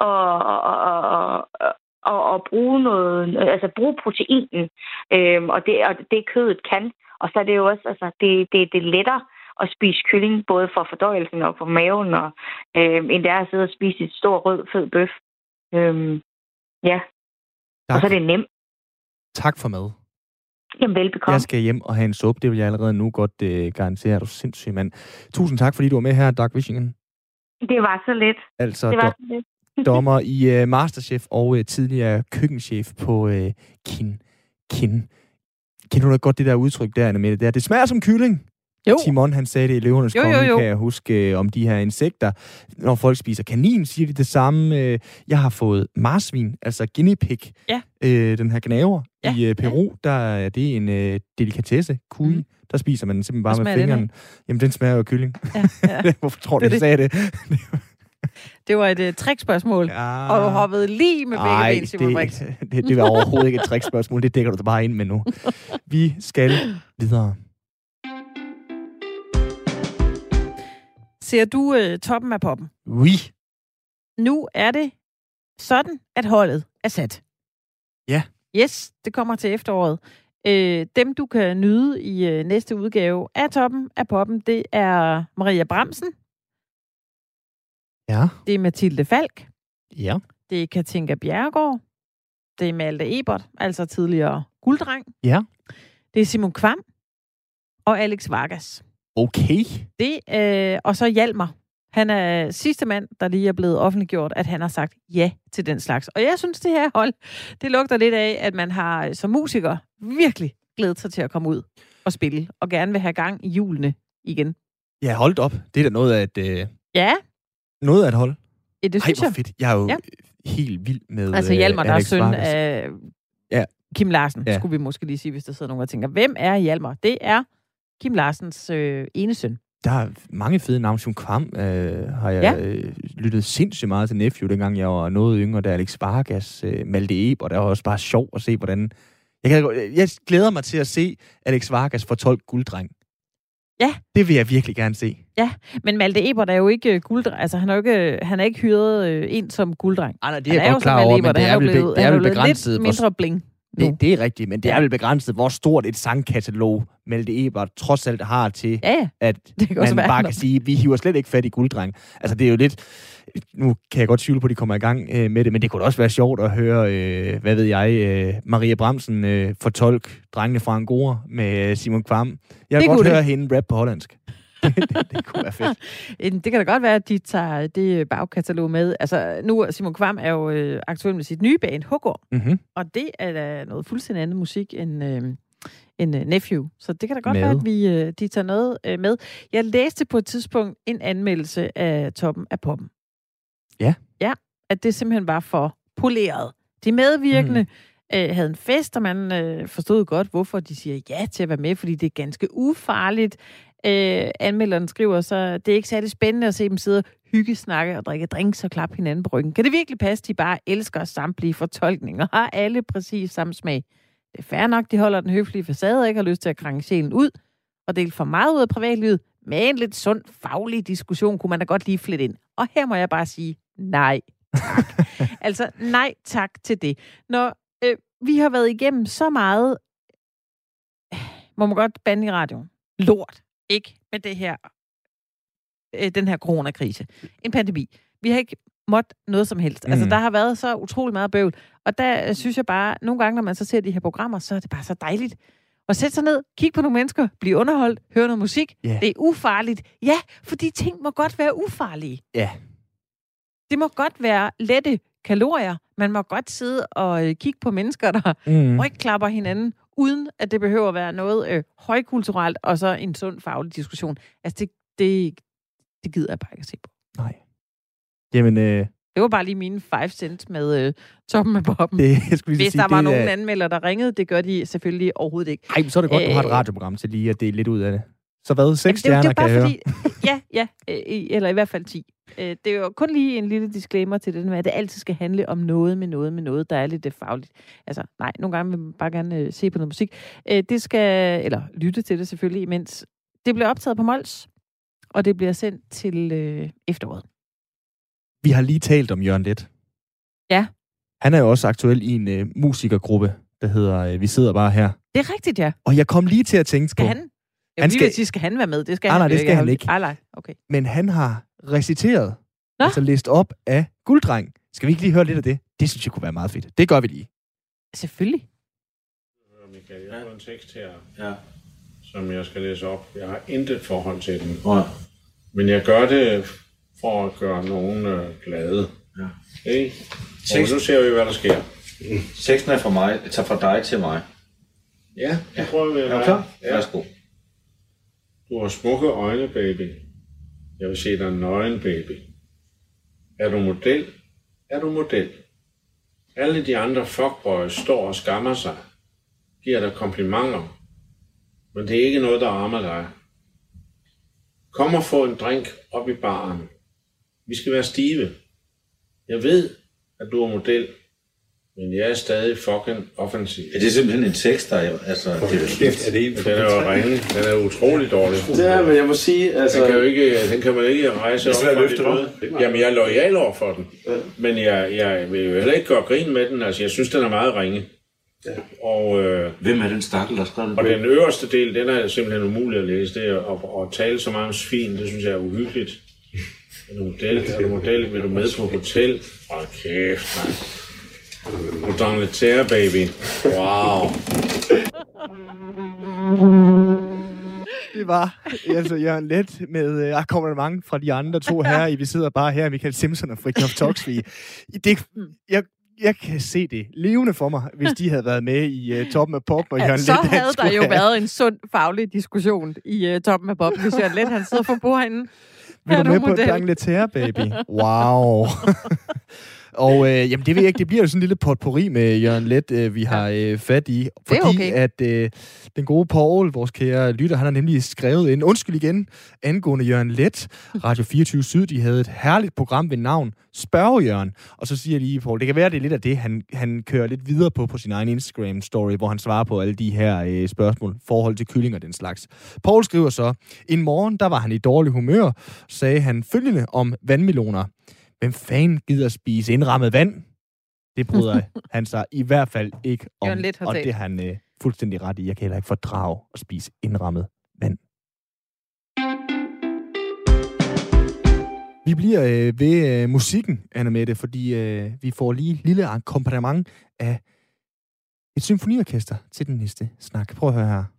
og bruge noget, bruge proteinen, og det kødet kan. Og så er det jo også, det letter at spise kylling, både for fordøjelsen og for maven, og endda at sidde og spise et stor rød, fed bøf. Ja. Tak. Og så er det nemt. Tak for mad. Jamen, velbekomme. Jeg skal hjem og have en suppe. Det vil jeg allerede nu godt garantere. Er du sindssyg, mand. Tusind tak, fordi du var med her, Dag Wissingen. Det var så lidt. Altså, det var så lidt. Dommer i Masterchef og tidligere køkkenchef på Kin. Kender du da godt det der udtryk der med det? Det smager som kylling. Jo. Timon, han sagde det i Løvernes Konge, kan jeg huske, om de her insekter. Når folk spiser kanin, siger de det samme. Jeg har fået marsvin, altså guinea pig, den her gnaver i Peru. Der er det en delikatesse, kuy. Der spiser man den simpelthen bare med fingrene. Jamen, den smager jo kylling. Ja. Hvorfor tror du, jeg sagde det? Det var et trickspørgsmål, og du hoppede lige med begge ben, Simon Brix. Det var overhovedet ikke et trickspørgsmål. Det dækker du da bare ind med nu. Vi skal videre. Ser du toppen af poppen? Oui. Nu er det sådan, at holdet er sat. Ja. Yes, det kommer til efteråret. Dem, du kan nyde i næste udgave af toppen af poppen, det er Maria Bramsen. Ja. Det er Mathilde Falk. Ja. Det er Katinka Bjerregaard. Det er Malte Ebert, altså tidligere gulddreng. Ja. Det er Simon Kvam og Alex Vargas. Okay. Og så Hjalmar. Han er sidste mand, der lige er blevet offentliggjort, at han har sagt ja til den slags. Og jeg synes, det her hold, det lugter lidt af, at man har som musiker virkelig glædet sig til at komme ud og spille, og gerne vil have gang i julene igen. Ja, holdt op. Det er da noget af et... Ja. Noget af et hold. Ja, det synes jeg. Fedt. Jeg er jo helt vild med altså Hjalmar, der er søn Vargas. af Kim Larsen, skulle vi måske lige sige, hvis der sidder nogen og tænker, hvem er Hjalmar? Det er Kim Larsens ene søn. Der er mange fede navne. Simon Kvam har jeg lyttet sindssygt meget til Nephew, dengang jeg var noget yngre. Der Alex Vargas, Malte Ebert, der var også bare sjov at se, hvordan... Jeg glæder mig til at se Alex Vargas fortolke gulddreng. Ja. Det vil jeg virkelig gerne se. Ja, men Malte Ebert er jo ikke gulddreng. Altså, han er ikke hyret en som gulddreng. Nej, det er jeg godt klar over, men det er vel begrænset. Lidt mindre bling. Det er rigtigt, men det er vel begrænset, hvor stort et sangkatalog Malte Ebert trods alt har til, at man bare kan sige, vi hiver slet ikke fat i gulddreng. Altså, det er jo lidt... Nu kan jeg godt tvivle på, at de kommer i gang med det, men det kunne også være sjovt at høre, Maria Bramsen fortolke Drengene fra Angora med Simon Kvam. Jeg vil godt høre hende rap på hollandsk. Det kunne være fedt. Det kan da godt være, at de tager det bagkatalog med. Altså, nu Simon Kvam er jo aktuel med sit nye band, Hugor. Mm-hmm. Og det er da noget fuldstændig andet musik end Nephew. Så det kan da godt være, at de tager noget med. Jeg læste på et tidspunkt en anmeldelse af Toppen af Poppen. Ja. Ja, at det simpelthen var for poleret. De medvirkende havde en fest, og man forstod godt, hvorfor de siger ja til at være med, fordi det er ganske ufarligt. Anmelderen skriver så, det er ikke særlig spændende at se dem sidde og hyggesnakke og drikke drinks og klappe hinanden på ryggen. Kan det virkelig passe, de bare elsker samtlige fortolkninger og har alle præcis samme smag? Det er fair nok, de holder den høflige facade og ikke har lyst til at krænge sjælen ud og dele for meget ud af privatlivet, men en lidt sund faglig diskussion kunne man da godt lige flette ind. Og her må jeg bare sige, nej tak. Altså, nej tak til det. Når vi har været igennem så meget, må man godt bande i radioen, lort. Ikke med det her, den her coronakrise. En pandemi. Vi har ikke måttet noget som helst. Altså, der har været så utrolig meget bøvl. Og der synes jeg bare, nogle gange, når man så ser de her programmer, så er det bare så dejligt at sætte sig ned, kigge på nogle mennesker, blive underholdt, høre noget musik. Yeah. Det er ufarligt. Ja, fordi ting må godt være ufarlige. Ja. Yeah. Det må godt være lette kalorier. Man må godt sidde og kigge på mennesker, der rygklapper hinanden, uden at det behøver at være noget højkulturelt, og så en sund faglig diskussion. Altså, det gider jeg bare ikke at se på. Nej. Jamen, det var bare lige mine 5 cents med toppen af poppen. Hvis der var nogen anmelder, der ringede, det gør de selvfølgelig overhovedet ikke. Nej, så er det godt, du har et radioprogram til lige at dele lidt ud af det. Så hvad? 6 stjerner, kan jeg høre? Ja, eller i hvert fald 10. Det er jo kun lige en lille disclaimer til det med, at det altid skal handle om noget med noget, der er lidt fagligt. Altså, nej, nogle gange vil man bare gerne se på noget musik. Det skal, eller lytte til det selvfølgelig, imens det bliver optaget på Mols, og det bliver sendt til efteråret. Vi har lige talt om Jørgen Leth. Ja. Han er jo også aktuel i en musikergruppe, der hedder Vi sidder bare her. Det er rigtigt, ja. Og jeg kom lige til at tænke på... Skal han være med? Det skal nej, det skal han ikke. Nej, okay. Men han har reciteret, altså læst op af Gulddreng. Skal vi ikke lige høre lidt af det? Det synes jeg kunne være meget fedt. Det gør vi lige. Selvfølgelig. Michael, jeg har en tekst her, som jeg skal læse op. Jeg har intet forhold til den. Ja. Men jeg gør det for at gøre nogen glade. Ja. Okay? Og nu ser vi, hvad der sker. Teksten er fra mig. Det tager fra dig til mig. Ja, det prøver vi. Er du klar? Ja. Værsgo. Du har smukke øjne, baby. Jeg vil se dig nøgen, baby. Er du model? Er du model? Alle de andre fuckboys står og skammer sig. Giver dig komplimenter. Men det er ikke noget, der rammer dig. Kom og få en drink op i baren. Vi skal være stive. Jeg ved, at du er model. Men jeg er stadig fucking offensiv. Er det simpelthen en tekst, der er jo... Altså, den er jo ringe. Den er utrolig dårlig. Ja, men jeg må sige... Altså... Den kan man ikke rejse op for det døde. Jamen, jeg er loyal over for den. Ja. Men jeg vil jo heller ikke gøre grin med den. Altså, jeg synes, den er meget ringe. Ja. Og, hvem er den stakkel, der skrev den? Og den øverste del, den er simpelthen umulig at læse. Det og tale så meget om svin, det synes jeg er uhyggeligt. Er du model? Vil du med på hotel? Hold kæft, man. D'Angleterre, baby. Wow. Det var altså Jørgen Leth med akkompagnement fra de andre to herrer. Vi sidder bare her, Michael Simpson og Fridtjof Toksvig. Jeg kan se det levende for mig, hvis de havde været med i Toppen af Pop og Jørgen Leth. Så havde der jo været en sund faglig diskussion i Toppen af Pop, hvis Jørgen Leth han sidder for bordenden. Vil du med på D'Angleterre, baby? Wow. Og jamen, det ved jeg ikke, det bliver jo sådan en lille potpourri med Jørgen Leth, vi har fat i. Fordi at den gode Paul, vores kære lytter, han har nemlig skrevet en undskyld igen angående Jørgen Leth. Radio 24 Syd, de havde et herligt program ved navn Spørge Jørgen. Og så siger lige Paul, det kan være, det er lidt af det, han kører lidt videre på sin egen Instagram-story, hvor han svarer på alle de her spørgsmål, forhold til kylling og den slags. Paul skriver så, en morgen, der var han i dårlig humør, sagde han følgende om vandmeloner. Hvem fanden gider spise indrammet vand? Det bryder han sig i hvert fald ikke om. Og det har han fuldstændig ret i. Jeg kan heller ikke fordrage at spise indrammet vand. Vi bliver ved musikken, Anne-Mette, fordi vi får lige et lille akkompagnement af et symfoniorkester til den næste snak. Prøv at høre her.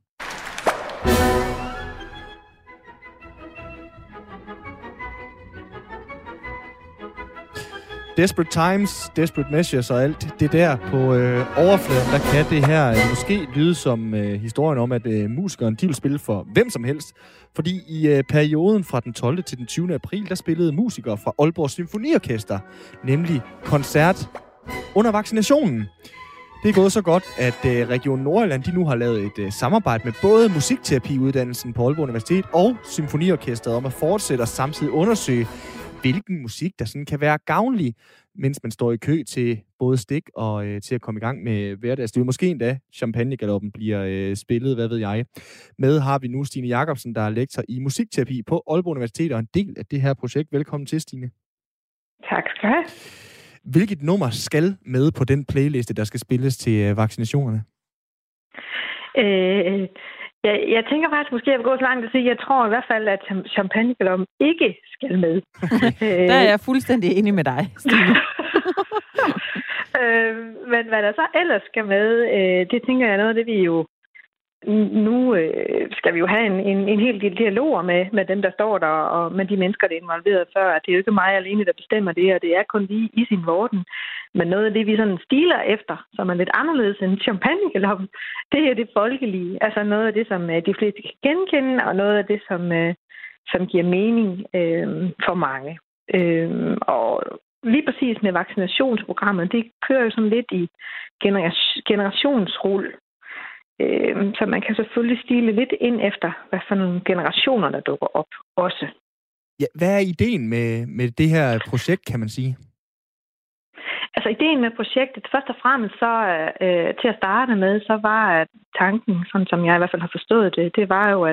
Desperate Times, Desperate Measures og alt det der på overfladen, der kan det her måske lyde som historien om, at musikeren de vil spille for hvem som helst. Fordi i perioden fra den 12. til den 20. april, der spillede musikere fra Aalborg Symfoniorkester, nemlig koncert under vaccinationen. Det er gået så godt, at Region Nordjylland de nu har lavet et samarbejde med både musikterapiuddannelsen på Aalborg Universitet og Symfoniorkestret om at fortsætte og samtidig undersøge, hvilken musik, der sådan kan være gavnlig, mens man står i kø til både stik og til at komme i gang med hverdagslivet. Måske endda champagnegaloppen bliver spillet, hvad ved jeg. Med har vi nu Stine Jacobsen, der er lektor i musikterapi på Aalborg Universitet og en del af det her projekt. Velkommen til, Stine. Tak skal du have. Hvilket nummer skal med på den playliste, der skal spilles til vaccinationerne? Jeg tænker faktisk, måske jeg vil gå så langt at sige, at jeg tror i hvert fald, at champagnegaloppen ikke skal med. Der er jeg fuldstændig enig med dig, Stine. Men hvad der så ellers skal med, det tænker jeg er noget af det, vi jo... Nu skal vi jo have en hel del dialoger med dem, der står der, og med de mennesker, der er involveret før. Det er jo ikke mig alene, der bestemmer det, og det er kun lige i sin vorden. Men noget af det, vi sådan stiler efter, som er lidt anderledes end champagnegaloppen, det er det folkelige. Altså noget af det, som de fleste kan genkende, og noget af det, som giver mening for mange. Og lige præcis med vaccinationsprogrammet, det kører jo sådan lidt i generationsrull. Så man kan selvfølgelig stile lidt ind efter, hvad for nogle generationer, der dukker op også. Ja, hvad er ideen med det her projekt, kan man sige? Altså ideen med projektet, først og fremmest så til at starte med, så var tanken, sådan som jeg i hvert fald har forstået det, det var jo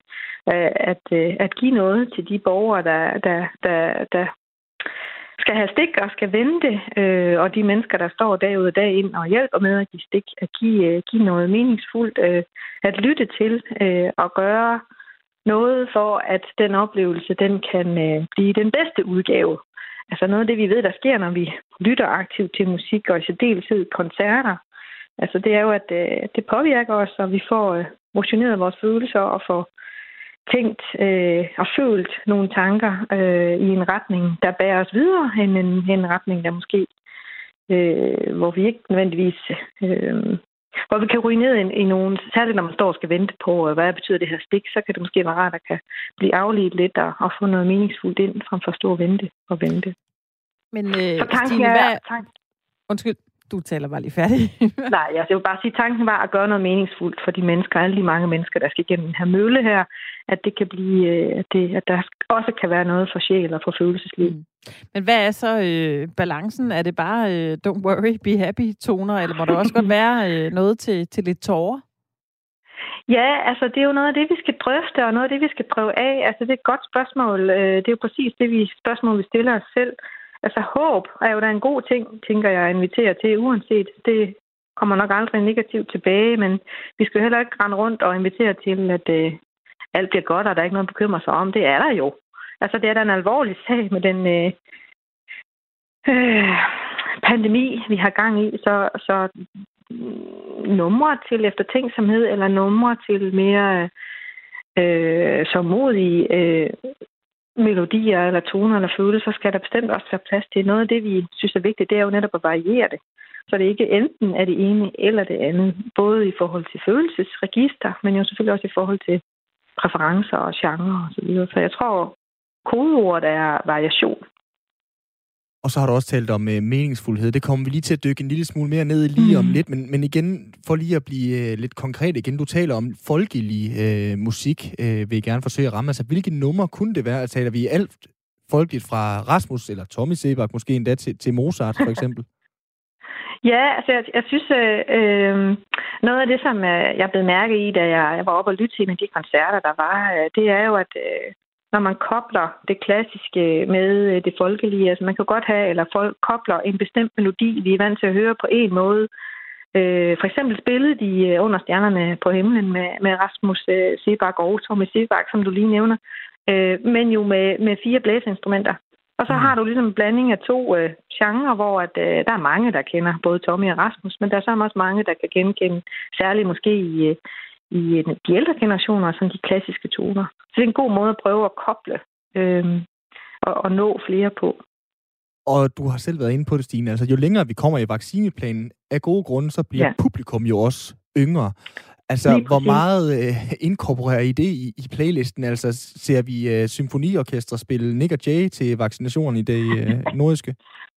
at give noget til de borgere, der skal have stik og skal vente, og de mennesker, der står dag ud og dag ind og hjælper med at give stik, at give noget meningsfuldt, at lytte til og gøre noget for, at den oplevelse, den kan blive den bedste udgave. Altså noget af det, vi ved, der sker, når vi lytter aktivt til musik, og i særdeleshed koncerter, altså det er jo, at det påvirker os, og vi får motioneret vores følelser og får tænkt og følt nogle tanker i en retning, der bærer os videre, end en retning, der måske, hvor vi ikke nødvendigvis, hvor vi kan ryge ned i nogen, særligt når man står og skal vente på, hvad betyder det her stik, så kan det måske være rart, at kan blive afledt lidt og få noget meningsfuldt ind, frem for at stå og vente. Men Stine, undskyld. Du taler bare lige færdig. Nej, jeg vil bare sige, at tanken var at gøre noget meningsfuldt for de mennesker, alle de mange mennesker, der skal igennem den her mølle her, at det kan blive, at der også kan være noget for sjæl og for følelsesliv. Men hvad er så balancen? Er det bare don't worry, be happy toner, eller må der også godt være noget til lidt tårer? Ja, altså det er jo noget af det, vi skal drøfte, og noget af det, vi skal prøve af. Altså det er et godt spørgsmål. Det er jo præcis det spørgsmål, vi stiller os selv. Altså håb er jo da en god ting, tænker jeg, at invitere til, uanset. Det kommer nok aldrig negativt tilbage, men vi skal heller ikke rende rundt og invitere til, at alt bliver godt, og der er ikke noget at bekymre sig om. Det er der jo. Altså det er da en alvorlig sag med den pandemi, vi har gang i, så numre til eftertænksomhed, eller numre til mere sårmodige melodier eller toner eller følelser, skal der bestemt også være plads til. Noget af det, vi synes er vigtigt, det er jo netop at variere det. Så det ikke enten er det ene eller det andet. Både i forhold til følelsesregister, men jo selvfølgelig også i forhold til præferencer og genre og så videre. Så jeg tror, kodeordet er variation. Og så har du også talt om meningsfuldhed. Det kommer vi lige til at dykke en lille smule mere ned i lige om lidt. Men igen, for lige at blive lidt konkret igen. Du taler om folkelig musik, vil jeg gerne forsøge at ramme. Altså, hvilke numre kunne det være? Taler vi alt folkeligt fra Rasmus eller Tommy Sebak, måske endda til Mozart, for eksempel? Ja, altså jeg synes, noget af det, som jeg blev mærke i, da jeg var oppe og lytte til en af de koncerter, der var, det er jo, at når man kobler det klassiske med det folkelige, altså man kan godt have, eller folk kobler en bestemt melodi, vi er vant til at høre på en måde. For eksempel spillede de Under stjernerne på himlen med Rasmus Sebak og Tommy Sebak, som du lige nævner, men jo med 4 blæseinstrumenter. Og så har du ligesom en blanding af 2 genrer, hvor der er mange, der kender både Tommy og Rasmus, men der er så også mange, der kan genkende, særligt måske i de ældre generationer, sådan de klassiske toner. Så det er en god måde at prøve at koble og nå flere på. Og du har selv været inde på det, Stine. Altså, jo længere vi kommer i vaccineplanen, af gode grunde, så bliver publikum jo også yngre. Altså, hvor meget inkorporerer I det i playlisten? Altså, ser vi symfoniorkestre spille Nick og Jay til vaccinationen i det nordiske?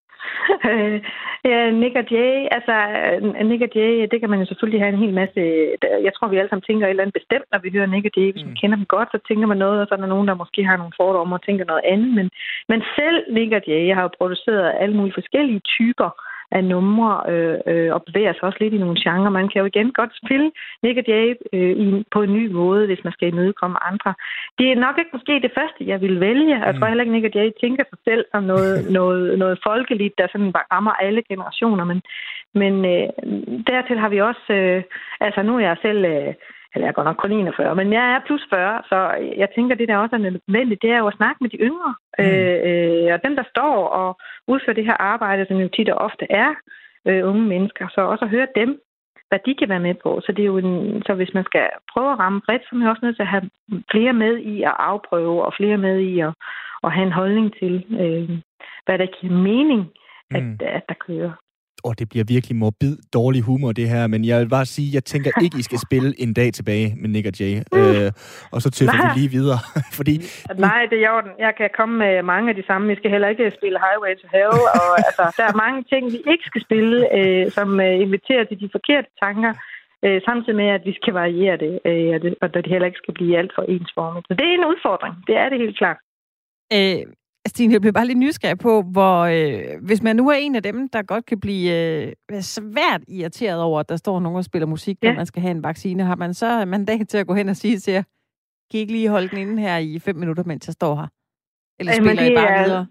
Ja, Nick og Jay, altså Nick og Jay, det kan man jo selvfølgelig have en hel masse. Jeg tror, vi alle sammen tænker et eller andet bestemt, når vi hører Nick og Jay. Hvis man kender dem godt, så tænker man noget, og så er der nogen, der måske har nogle fordomme og tænker noget andet. Men selv Nick og Jay har jo produceret alle mulige forskellige typer af numre og bevæger sig også lidt i nogle genrer. Man kan jo igen godt spille Nick og Jay på en ny måde, hvis man skal imødekomme andre. Det er nok ikke måske det første, jeg vil vælge. Jeg tror heller ikke, Nick og Jay tænker sig selv som noget folkeligt, der sådan bare rammer alle generationer. Men dertil har vi også... altså nu er jeg selv Eller jeg går nok kun 41, men jeg er plus 40, så jeg tænker, det der også er nødvendigt, det er jo at snakke med de yngre. Og dem, der står og udfører det her arbejde, som jo tit og ofte er unge mennesker, så også at høre dem, hvad de kan være med på. Så det er jo så hvis man skal prøve at ramme bredt, så er man også nødt til at have flere med i at afprøve, og flere med i at have en holdning til, hvad der giver mening, at der kører. Det bliver virkelig morbid, dårlig humor, det her. Men jeg vil bare sige, jeg tænker ikke, I skal spille En dag tilbage med Nik og Jay. Og så tøffer vi lige videre. Fordi Nej, det er i orden. Jeg kan komme med mange af de samme. Vi skal heller ikke spille Highway to Hell. Og, der er mange ting, vi ikke skal spille, som inviterer til de forkerte tanker. Samtidig med, at vi skal variere det, og at det heller ikke skal blive alt for ensformigt. Så det er en udfordring. Det er det helt klart. Stine, jeg blev bare lidt nysgerrig på, hvis man nu er en af dem, der godt kan blive svært irriteret over, at der står nogen og spiller musik, når man skal have en vaccine, har man så mandat til at gå hen og sige til jer, kan I ikke lige holde den inde her i 5 minutter, mens jeg står her? Eller spiller I bare videre?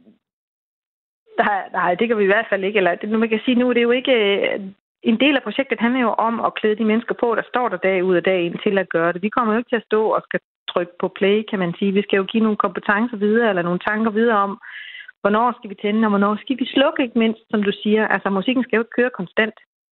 Nej, det kan vi i hvert fald ikke. Eller, nu man kan sige, nu er det jo ikke... En del af projektet handler jo om at klæde de mennesker på, der står der dag ud af dag ind til at gøre det. Vi kommer jo ikke til at stå og skal trykke på play, kan man sige. Vi skal jo give nogle kompetencer videre, eller nogle tanker videre om, hvornår skal vi tænde, og hvornår skal vi slukke, ikke mindst, som du siger. Altså, musikken skal jo ikke køre konstant.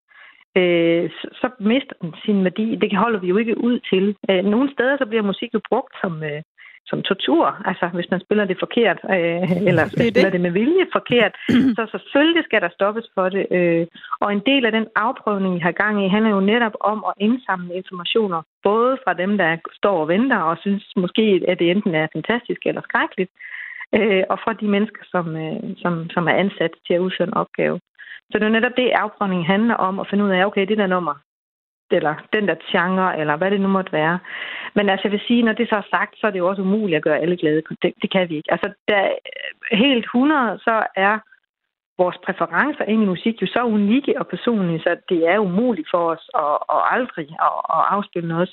Så mister den sin værdi. Det holder vi jo ikke ud til. Nogle steder så bliver musik jo brugt som tortur. Altså, hvis man spiller det forkert, eller spiller det med vilje forkert, så selvfølgelig skal der stoppes for det. Og en del af den afprøvning, vi har gang i, handler jo netop om at indsamle informationer, både fra dem, der står og venter, og synes måske, at det enten er fantastisk eller skrækkeligt, og fra de mennesker, som er ansat til at udføre en opgave. Så det er jo netop det, afprøvningen handler om, at finde ud af, okay, det der nummer, eller den der genre, eller hvad det nu måtte være. Men altså, jeg vil sige, når det så er sagt, så er det jo også umuligt at gøre alle glade. Det kan vi ikke. Altså, helt 100, så er vores præferencer ind i musik jo så unikke og personlige, så det er umuligt for os at aldrig at afspille noget,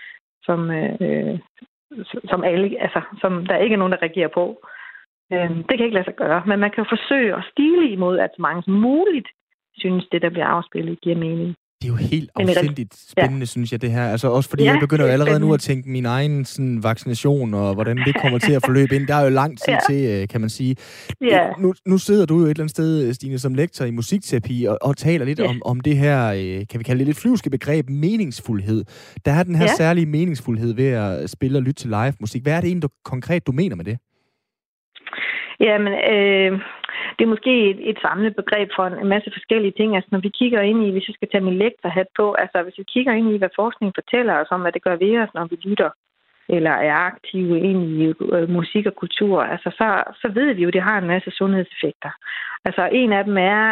som alle, altså, som der ikke er nogen, der reagerer på. Det kan ikke lade sig gøre, men man kan jo forsøge at stile imod, at så mange som muligt synes, det, der bliver afspillet, giver mening. Det er jo helt afsindigt spændende, synes jeg, det her. Altså også fordi jeg begynder jo allerede nu at tænke min egen sådan, vaccination, og hvordan det kommer til at forløbe ind. Der er jo lang tid til, kan man sige. Nu sidder du jo et eller andet sted, Stine, som lektor i musikterapi, og taler lidt om det her, kan vi kalde det lidt flyvske begreb, meningsfuldhed. Der er den her særlige meningsfuldhed ved at spille og lytte til live musik. Hvad er det egentlig konkret, du mener med det? Jamen, det er måske et samlet begreb for en masse forskellige ting. Altså, når vi kigger ind i, hvis vi skal tage min lektorhat på, altså hvis vi kigger ind i, hvad forskning fortæller os om, hvad det gør ved os, når vi lytter, eller er aktive ind i musik og kultur, altså så ved vi jo, at det har en masse sundhedseffekter. Altså, en af dem er,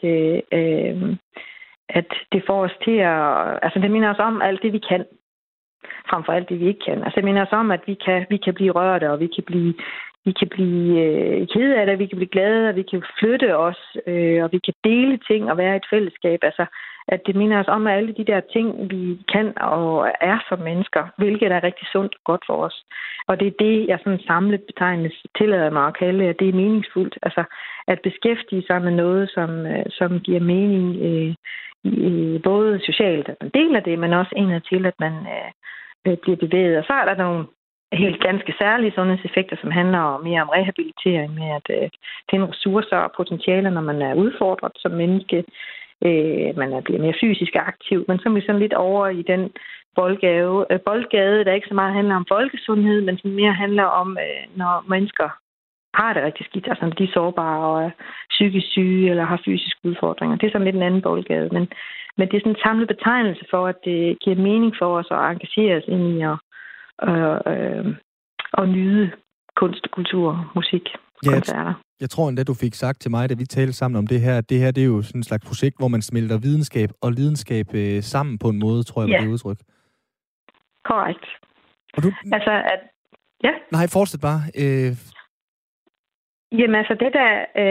at det får os til at... Altså, det minder os om alt det, vi kan, frem for alt det, vi ikke kan. Altså, det minder os om, at vi kan blive rørte, og vi kan blive kede af det, vi kan blive glade, og vi kan flytte os, og vi kan dele ting og være i et fællesskab. Altså, at det minder os om alle de der ting, vi kan og er som mennesker, hvilket er rigtig sundt og godt for os. Og det er det, jeg sådan samlet betegnelse tillader mig at kalde, at det er meningsfuldt. Altså, at beskæftige sig med noget, som giver mening både socialt, at man deler det, men også indad til, at man bliver bevæget. Og så er der nogle helt ganske særlige sundhedseffekter, som handler mere om rehabilitering, med at finde ressourcer og potentialer, når man er udfordret som menneske. Man bliver mere fysisk aktiv, men så er vi sådan lidt over i den boldgade, der ikke så meget handler om folkesundhed, men som mere handler om, når mennesker har det rigtig skidt, altså når de er sårbare og er psykisk syge eller har fysiske udfordringer. Det er sådan lidt en anden boldgade, men det er sådan en samlet betegnelse for, at det giver mening for os at engagere os ind i og nyde kunst, kultur, musik, koncerter. Jeg tror endda, du fik sagt til mig, da vi talte sammen om det her, at det her det er jo sådan en slags projekt, hvor man smelter videnskab og lidenskab sammen på en måde, tror jeg, var det udtryk. Korrekt. Og du... Altså, at... Ja? Nej, fortsæt bare. Jamen, altså, det der...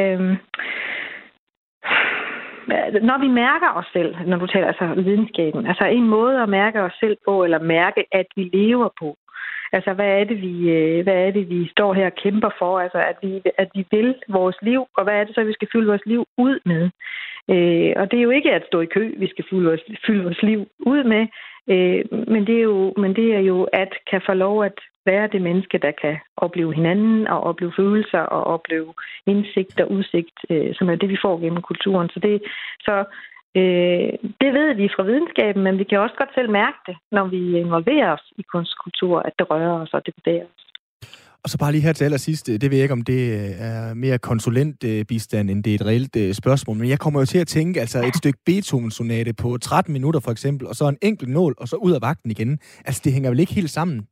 Når vi mærker os selv, når du taler altså videnskaben, altså en måde at mærke os selv på, eller mærke, at vi lever på. Altså, hvad er det, vi står her og kæmper for? Altså, at vi vil vores liv, og hvad er det så, vi skal fylde vores liv ud med? Og det er jo ikke at stå i kø, vi skal fylde vores liv ud med. Men det er jo at kan få lov at være det menneske, der kan opleve hinanden og opleve følelser og opleve indsigt og udsigt, som er det, vi får gennem kulturen. Det ved vi fra videnskaben, men vi kan også godt selv mærke det, når vi involverer os i kunstkultur, at det rører os og det bevæger os. Og så bare lige her til allersidst, det ved jeg ikke, om det er mere konsulentbistand, end det er et reelt spørgsmål, men jeg kommer jo til at tænke, altså et stykke Beethoven-sonate på 13 minutter for eksempel, og så en enkelt nål, og så ud af vagten igen. Altså det hænger vel ikke helt sammen?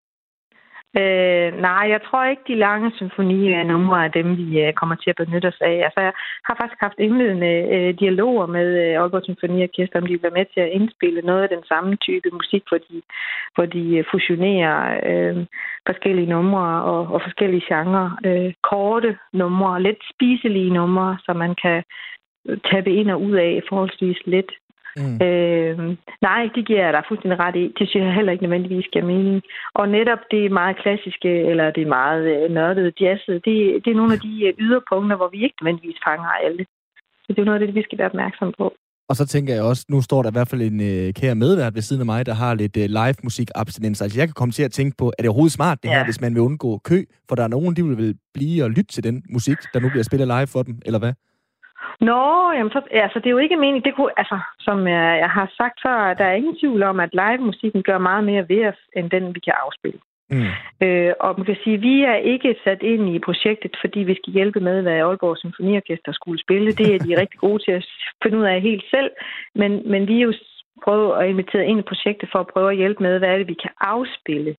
Nej, jeg tror ikke, de lange symfoninumre er dem, vi kommer til at benytte os af. Altså, jeg har faktisk haft indledende dialoger med Aalborg Symfoniorkester, om de vil være med til at indspille noget af den samme type musik, hvor de fusionerer forskellige numre og forskellige genrer. Korte numre, let spiselige numre, så man kan tappe ind og ud af forholdsvis let. Nej, det giver jeg dig fuldstændig ret i. Det synes jeg heller ikke nødvendigvis giver mening. Og netop det meget klassiske, eller det meget nørdede jazzet, det er nogle af de yderpunkter, hvor vi ikke nødvendigvis fanger alle. Så det er noget af det, vi skal være opmærksom på. Og så tænker jeg også, nu står der i hvert fald en kære medvært ved siden af mig, der har lidt live musik-abstinens. Altså jeg kan komme til at tænke på, er det overhovedet smart det her, hvis man vil undgå kø? For der er nogen, de vil blive og lytte til den musik, der nu bliver spillet live for dem, eller hvad? Jamen, det er jo ikke meningen. Det kunne, som jeg har sagt før, der er ingen tvivl om, at live-musikken gør meget mere ved os, end den, vi kan afspille. Og man kan sige, at vi er ikke sat ind i projektet, fordi vi skal hjælpe med, hvad Aalborg Symfoniorkester skulle spille. Det er de rigtig gode til at finde ud af helt selv. Men vi er jo prøvet at invitere ind i projektet for at prøve at hjælpe med, hvad er det, vi kan afspille.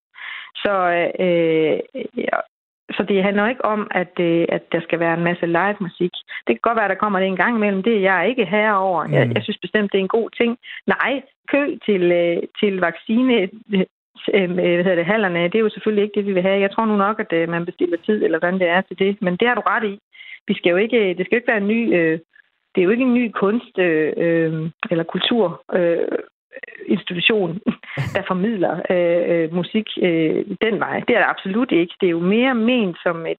Så det handler ikke om, at der skal være en masse live musik. Det kan godt være, at der kommer det en gang imellem. Det er jeg ikke herover. Jeg synes bestemt, det er en god ting. Nej, kø til vaccine, hallerne, det er jo selvfølgelig ikke det, vi vil have. Jeg tror nu nok, at man bestiller tid, eller hvordan det er til det. Men det har du ret i. Det skal jo ikke være en ny... det er jo ikke en ny kunst eller kultur institution, der formidler musik den vej. Det er det absolut ikke. Det er jo mere ment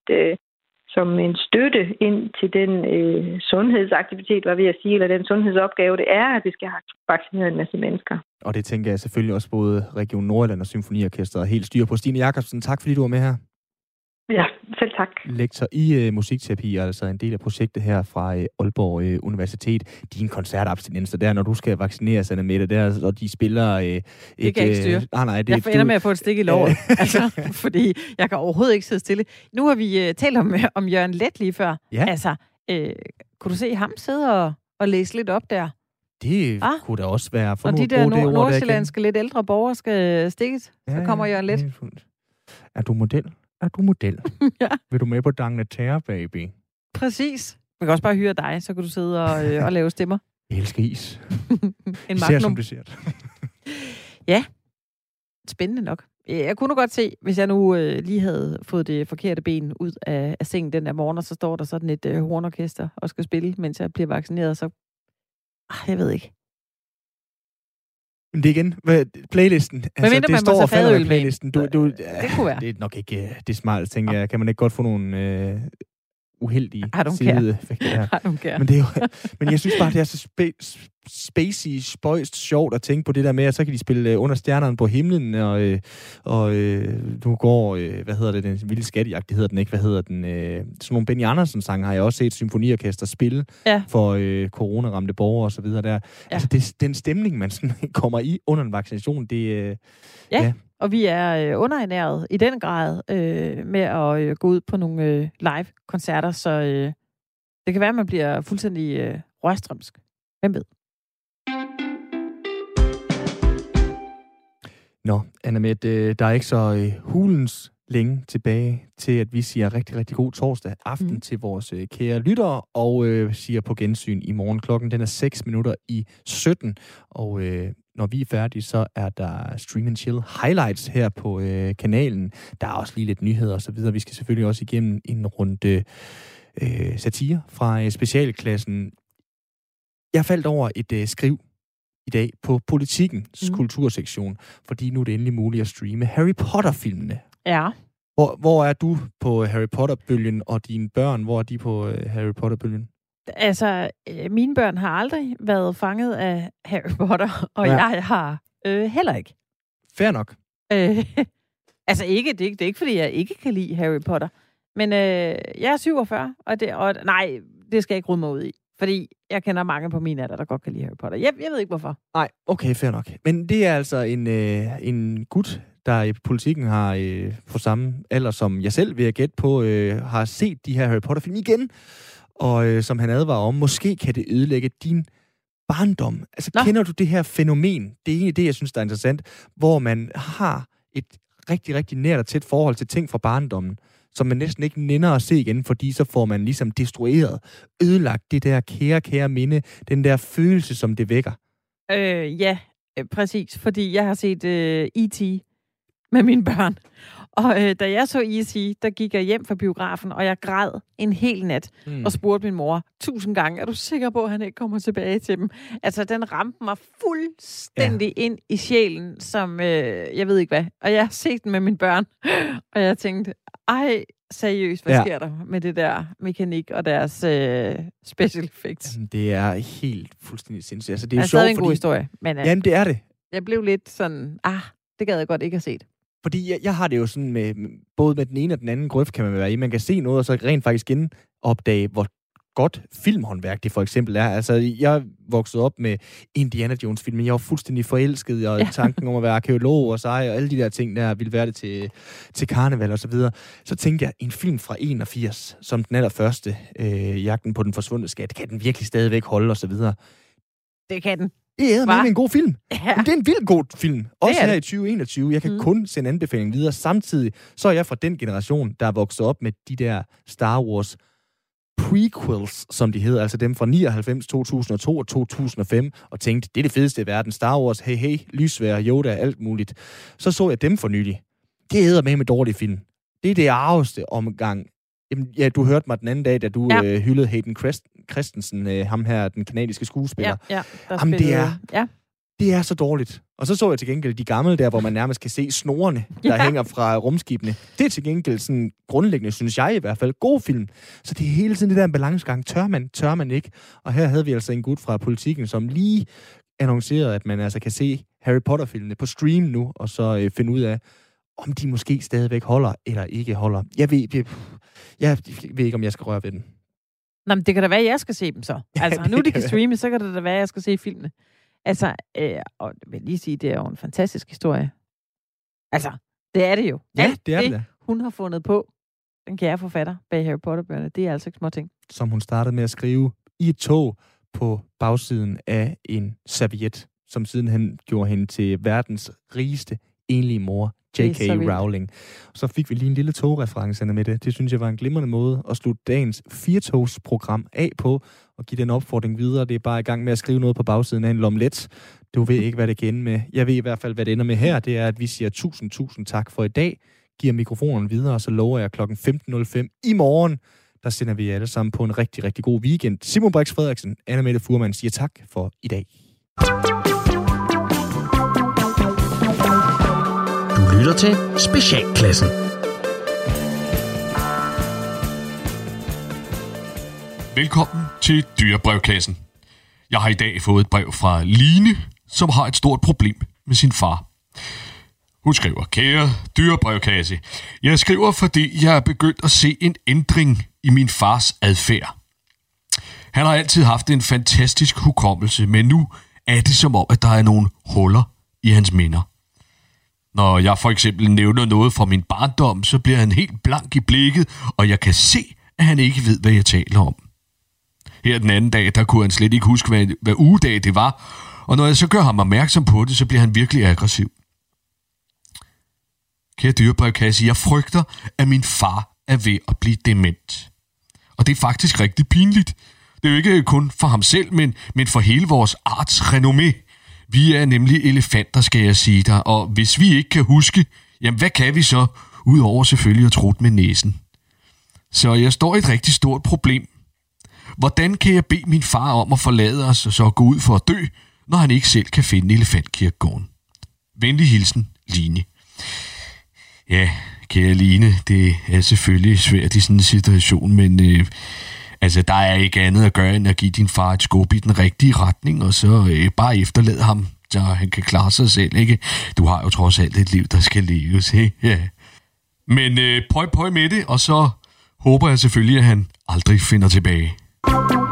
som en støtte ind til den sundhedsaktivitet, hvad vil jeg sige, eller den sundhedsopgave, det er, at vi skal have vaccineret en masse mennesker. Og det tænker jeg selvfølgelig også både Region Nordjylland og Symfoniorkestret helt styr på. Stine Jacobsen, tak fordi du var med her. Ja, selv tak. Lektor i musikterapi, altså en del af projektet her fra Aalborg Universitet. Din koncertabstinenser der, når du skal vaccineres, Anna Mette, der, og de spiller det kan jeg ikke styre. Nej, jeg ender med at få et stik i låret, fordi jeg kan overhovedet ikke sidde stille. Nu har vi talt om Jørgen Leth lige før. Ja. Altså, kunne du se ham sidde og læse lidt op der? Det kunne da også være. Og de der nordsjællandske lidt ældre borgere skal stikkes, så kommer Jørgen Leth. Er du model? Ja. Vil du med på D'Angleterre, baby? Præcis. Man kan også bare hyre dig, så kan du sidde og lave stemmer. Jeg elsker is. En Især som dessert. Ja. Spændende nok. Jeg kunne nu godt se, hvis jeg nu lige havde fået det forkerte ben ud af sengen den der morgen, og så står der sådan et hornorkester og skal spille, mens jeg bliver vaccineret, så... Jeg ved ikke. Men det igen, playlisten. Altså, det står og falder med playlisten. Det kunne være. Det er nok ikke det smarte, tænker jeg. Kan man ikke godt få nogle uheldige sideeffekter her? Men jeg synes bare, det er så spacey, spøjst, sjovt at tænke på det der med, at så kan de spille under stjernerne på himlen, og nu går, den vilde skattejagt, det hedder den ikke, sådan nogle Benny Andersen-sange har jeg også set symfoniorkester spille for coronaramte borgere og så videre der. Ja. Altså, den stemning, man sådan kommer i under en vaccination, det... Og vi er underernæret i den grad med at gå ud på nogle live-koncerter, så det kan være, at man bliver fuldstændig rørstrømsk. Hvem ved? Nå, Anna-Mette, der er ikke så hulens længe tilbage til, at vi siger rigtig, rigtig god torsdag aften til vores kære lyttere, og siger på gensyn i morgen. Klokken den er 6:17, og når vi er færdige, så er der Stream and Chill Highlights her på kanalen. Der er også lige lidt nyheder og så videre. Vi skal selvfølgelig også igennem en runde satire fra specialklassen. Jeg faldt over et skriv i dag på Politikens kultursektion, fordi nu er det endelig muligt at streame Harry Potter-filmene. Ja. Hvor er du på Harry Potter-bølgen, og dine børn, hvor er de på Harry Potter-bølgen? Altså, mine børn har aldrig været fanget af Harry Potter, og jeg har heller ikke. Fair nok. Altså ikke, det er ikke, fordi jeg ikke kan lide Harry Potter. Men jeg er 47, og nej, det skal jeg ikke rode mig ud i. Fordi jeg kender mange på min alder, der godt kan lide Harry Potter. Jeg ved ikke, hvorfor. Nej, okay, fair nok. Men det er altså en gut, der i Politikken har på samme alder som jeg selv, vil jeg gætte på, har set de her Harry Potter-film igen. Og som han advarer om, måske kan det ødelægge din barndom. Altså, kender du det her fænomen? Det er egentlig det, jeg synes, der er interessant, hvor man har et rigtig, rigtig nært og tæt forhold til ting fra barndommen, som man næsten ikke nænner at se igen, fordi så får man ligesom destrueret, ødelagt det der kære minde, den der følelse, som det vækker. Ja, præcis. Fordi jeg har set E.T. med mine børn. Og da jeg så E.T., der gik jeg hjem fra biografen, og jeg græd en hel nat og spurgte min mor 1000 gange, er du sikker på, at han ikke kommer tilbage til dem? Altså, den ramte mig fuldstændig ind i sjælen, som jeg ved ikke hvad. Og jeg har set den med mine børn, og jeg tænkte, ej, seriøst, hvad sker der med det der mekanik og deres special effects? Det er helt fuldstændig sindssygt. Altså, det er sjovt, en god historie. Men, jamen, det er det. Jeg blev lidt sådan, det gad jeg godt ikke have set. Fordi jeg har det jo sådan med, både med den ene og den anden grøft, kan man være i. Man kan se noget, og så rent faktisk genopdage, hvor godt filmhåndværk det for eksempel er. Altså, jeg voksede op med Indiana Jones-filmen. Jeg var fuldstændig forelsket, og tanken om at være arkeolog og sej, og alle de der ting, der ville være det til karneval og så videre. Så tænkte jeg, en film fra 81, som den allerførste, Jagten på den forsvundne skat, kan den virkelig stadigvæk holde og så videre? Det kan den. Det er med en god film. Ja. Men det er en vildt god film. Også her i 2021. Jeg kan kun sende anbefalingen videre. Samtidig så er jeg fra den generation, der er vokset op med de der Star Wars prequels, som de hedder. Altså dem fra 99, 2002 og 2005. Og tænkte, det er det fedeste i verden. Star Wars, hey, lysvær, Yoda, alt muligt. Så jeg dem for nylig. Det hedder med dårlige film. Det er det arveste omgang. Ja, du hørte mig den anden dag, da du hyldede Hayden Christensen, ham her, den kanadiske skuespiller. Jamen, det er så dårligt. Og så jeg til gengæld de gamle der, hvor man nærmest kan se snorene, der hænger fra rumskibene. Det er til gengæld sådan grundlæggende, synes jeg i hvert fald, god film. Så det er hele tiden det der en balancegang. Tør man ikke? Og her havde vi altså en gut fra Politikken, som lige annoncerede, at man altså kan se Harry Potter-filmene på stream nu, og så finde ud af, om de måske stadigvæk holder, eller ikke holder. Jeg ved ikke, om jeg skal røre ved den. Nå, men det kan da være, at jeg skal se dem så. Altså, nu de kan streame, så kan det da være, at jeg skal se filmene. Altså, og jeg vil lige sige, det er jo en fantastisk historie. Altså, det er det jo. Ja, det er det. Hun har fundet på, den kære forfatter bag Harry Potter-bøgerne, det er altså ikke små ting. Som hun startede med at skrive i et tog på bagsiden af en serviet, som sidenhen gjorde hende til verdens rigeste enlige mor, J.K. Rowling. Så fik vi lige en lille togreference med det. Det synes jeg var en glimrende måde at slutte dagens 4-togsprogram af på, og give den opfordring videre. Det er bare i gang med at skrive noget på bagsiden af en lomlet. Du ved ikke, hvad det kan ende med. Jeg ved i hvert fald, hvad det ender med her. Det er, at vi siger 1000 tak for i dag. Giver mikrofonen videre, og så lover jeg kl. 15.05 i morgen. Der sender vi alle sammen på en rigtig, rigtig god weekend. Simon Brix Frederiksen, Anna Mette Fuhrmann siger tak for i dag. Du lytter til Specialklassen. Velkommen til Dyrebrevkassen. Jeg har i dag fået et brev fra Line, som har et stort problem med sin far. Hun skriver, kære Dyrebrevkasse, jeg skriver, fordi jeg er begyndt at se en ændring i min fars adfærd. Han har altid haft en fantastisk hukommelse, men nu er det som om, at der er nogle huller i hans minder. Når jeg for eksempel nævner noget fra min barndom, så bliver han helt blank i blikket, og jeg kan se, at han ikke ved, hvad jeg taler om. Her den anden dag, der kunne han slet ikke huske, hvad ugedag det var, og når jeg så gør ham opmærksom på det, så bliver han virkelig aggressiv. Kære Dyrebrevkasse, jeg frygter, at min far er ved at blive dement. Og det er faktisk rigtig pinligt. Det er jo ikke kun for ham selv, men for hele vores arts renommé. Vi er nemlig elefanter, skal jeg sige dig, og hvis vi ikke kan huske, jamen hvad kan vi så, udover selvfølgelig at trutte med næsen? Så jeg står i et rigtig stort problem. Hvordan kan jeg bede min far om at forlade os og så gå ud for at dø, når han ikke selv kan finde elefantkirkegården? Venlig hilsen, Line. Ja, kære Line, det er selvfølgelig svært i sådan en situation, men altså, der er ikke andet at gøre, end at give din far et skub i den rigtige retning, og så bare efterlade ham så han kan klare sig selv, ikke? Du har jo trods alt et liv, der skal leves, ikke? Ja. Men pøj med det, og så håber jeg selvfølgelig, at han aldrig finder tilbage.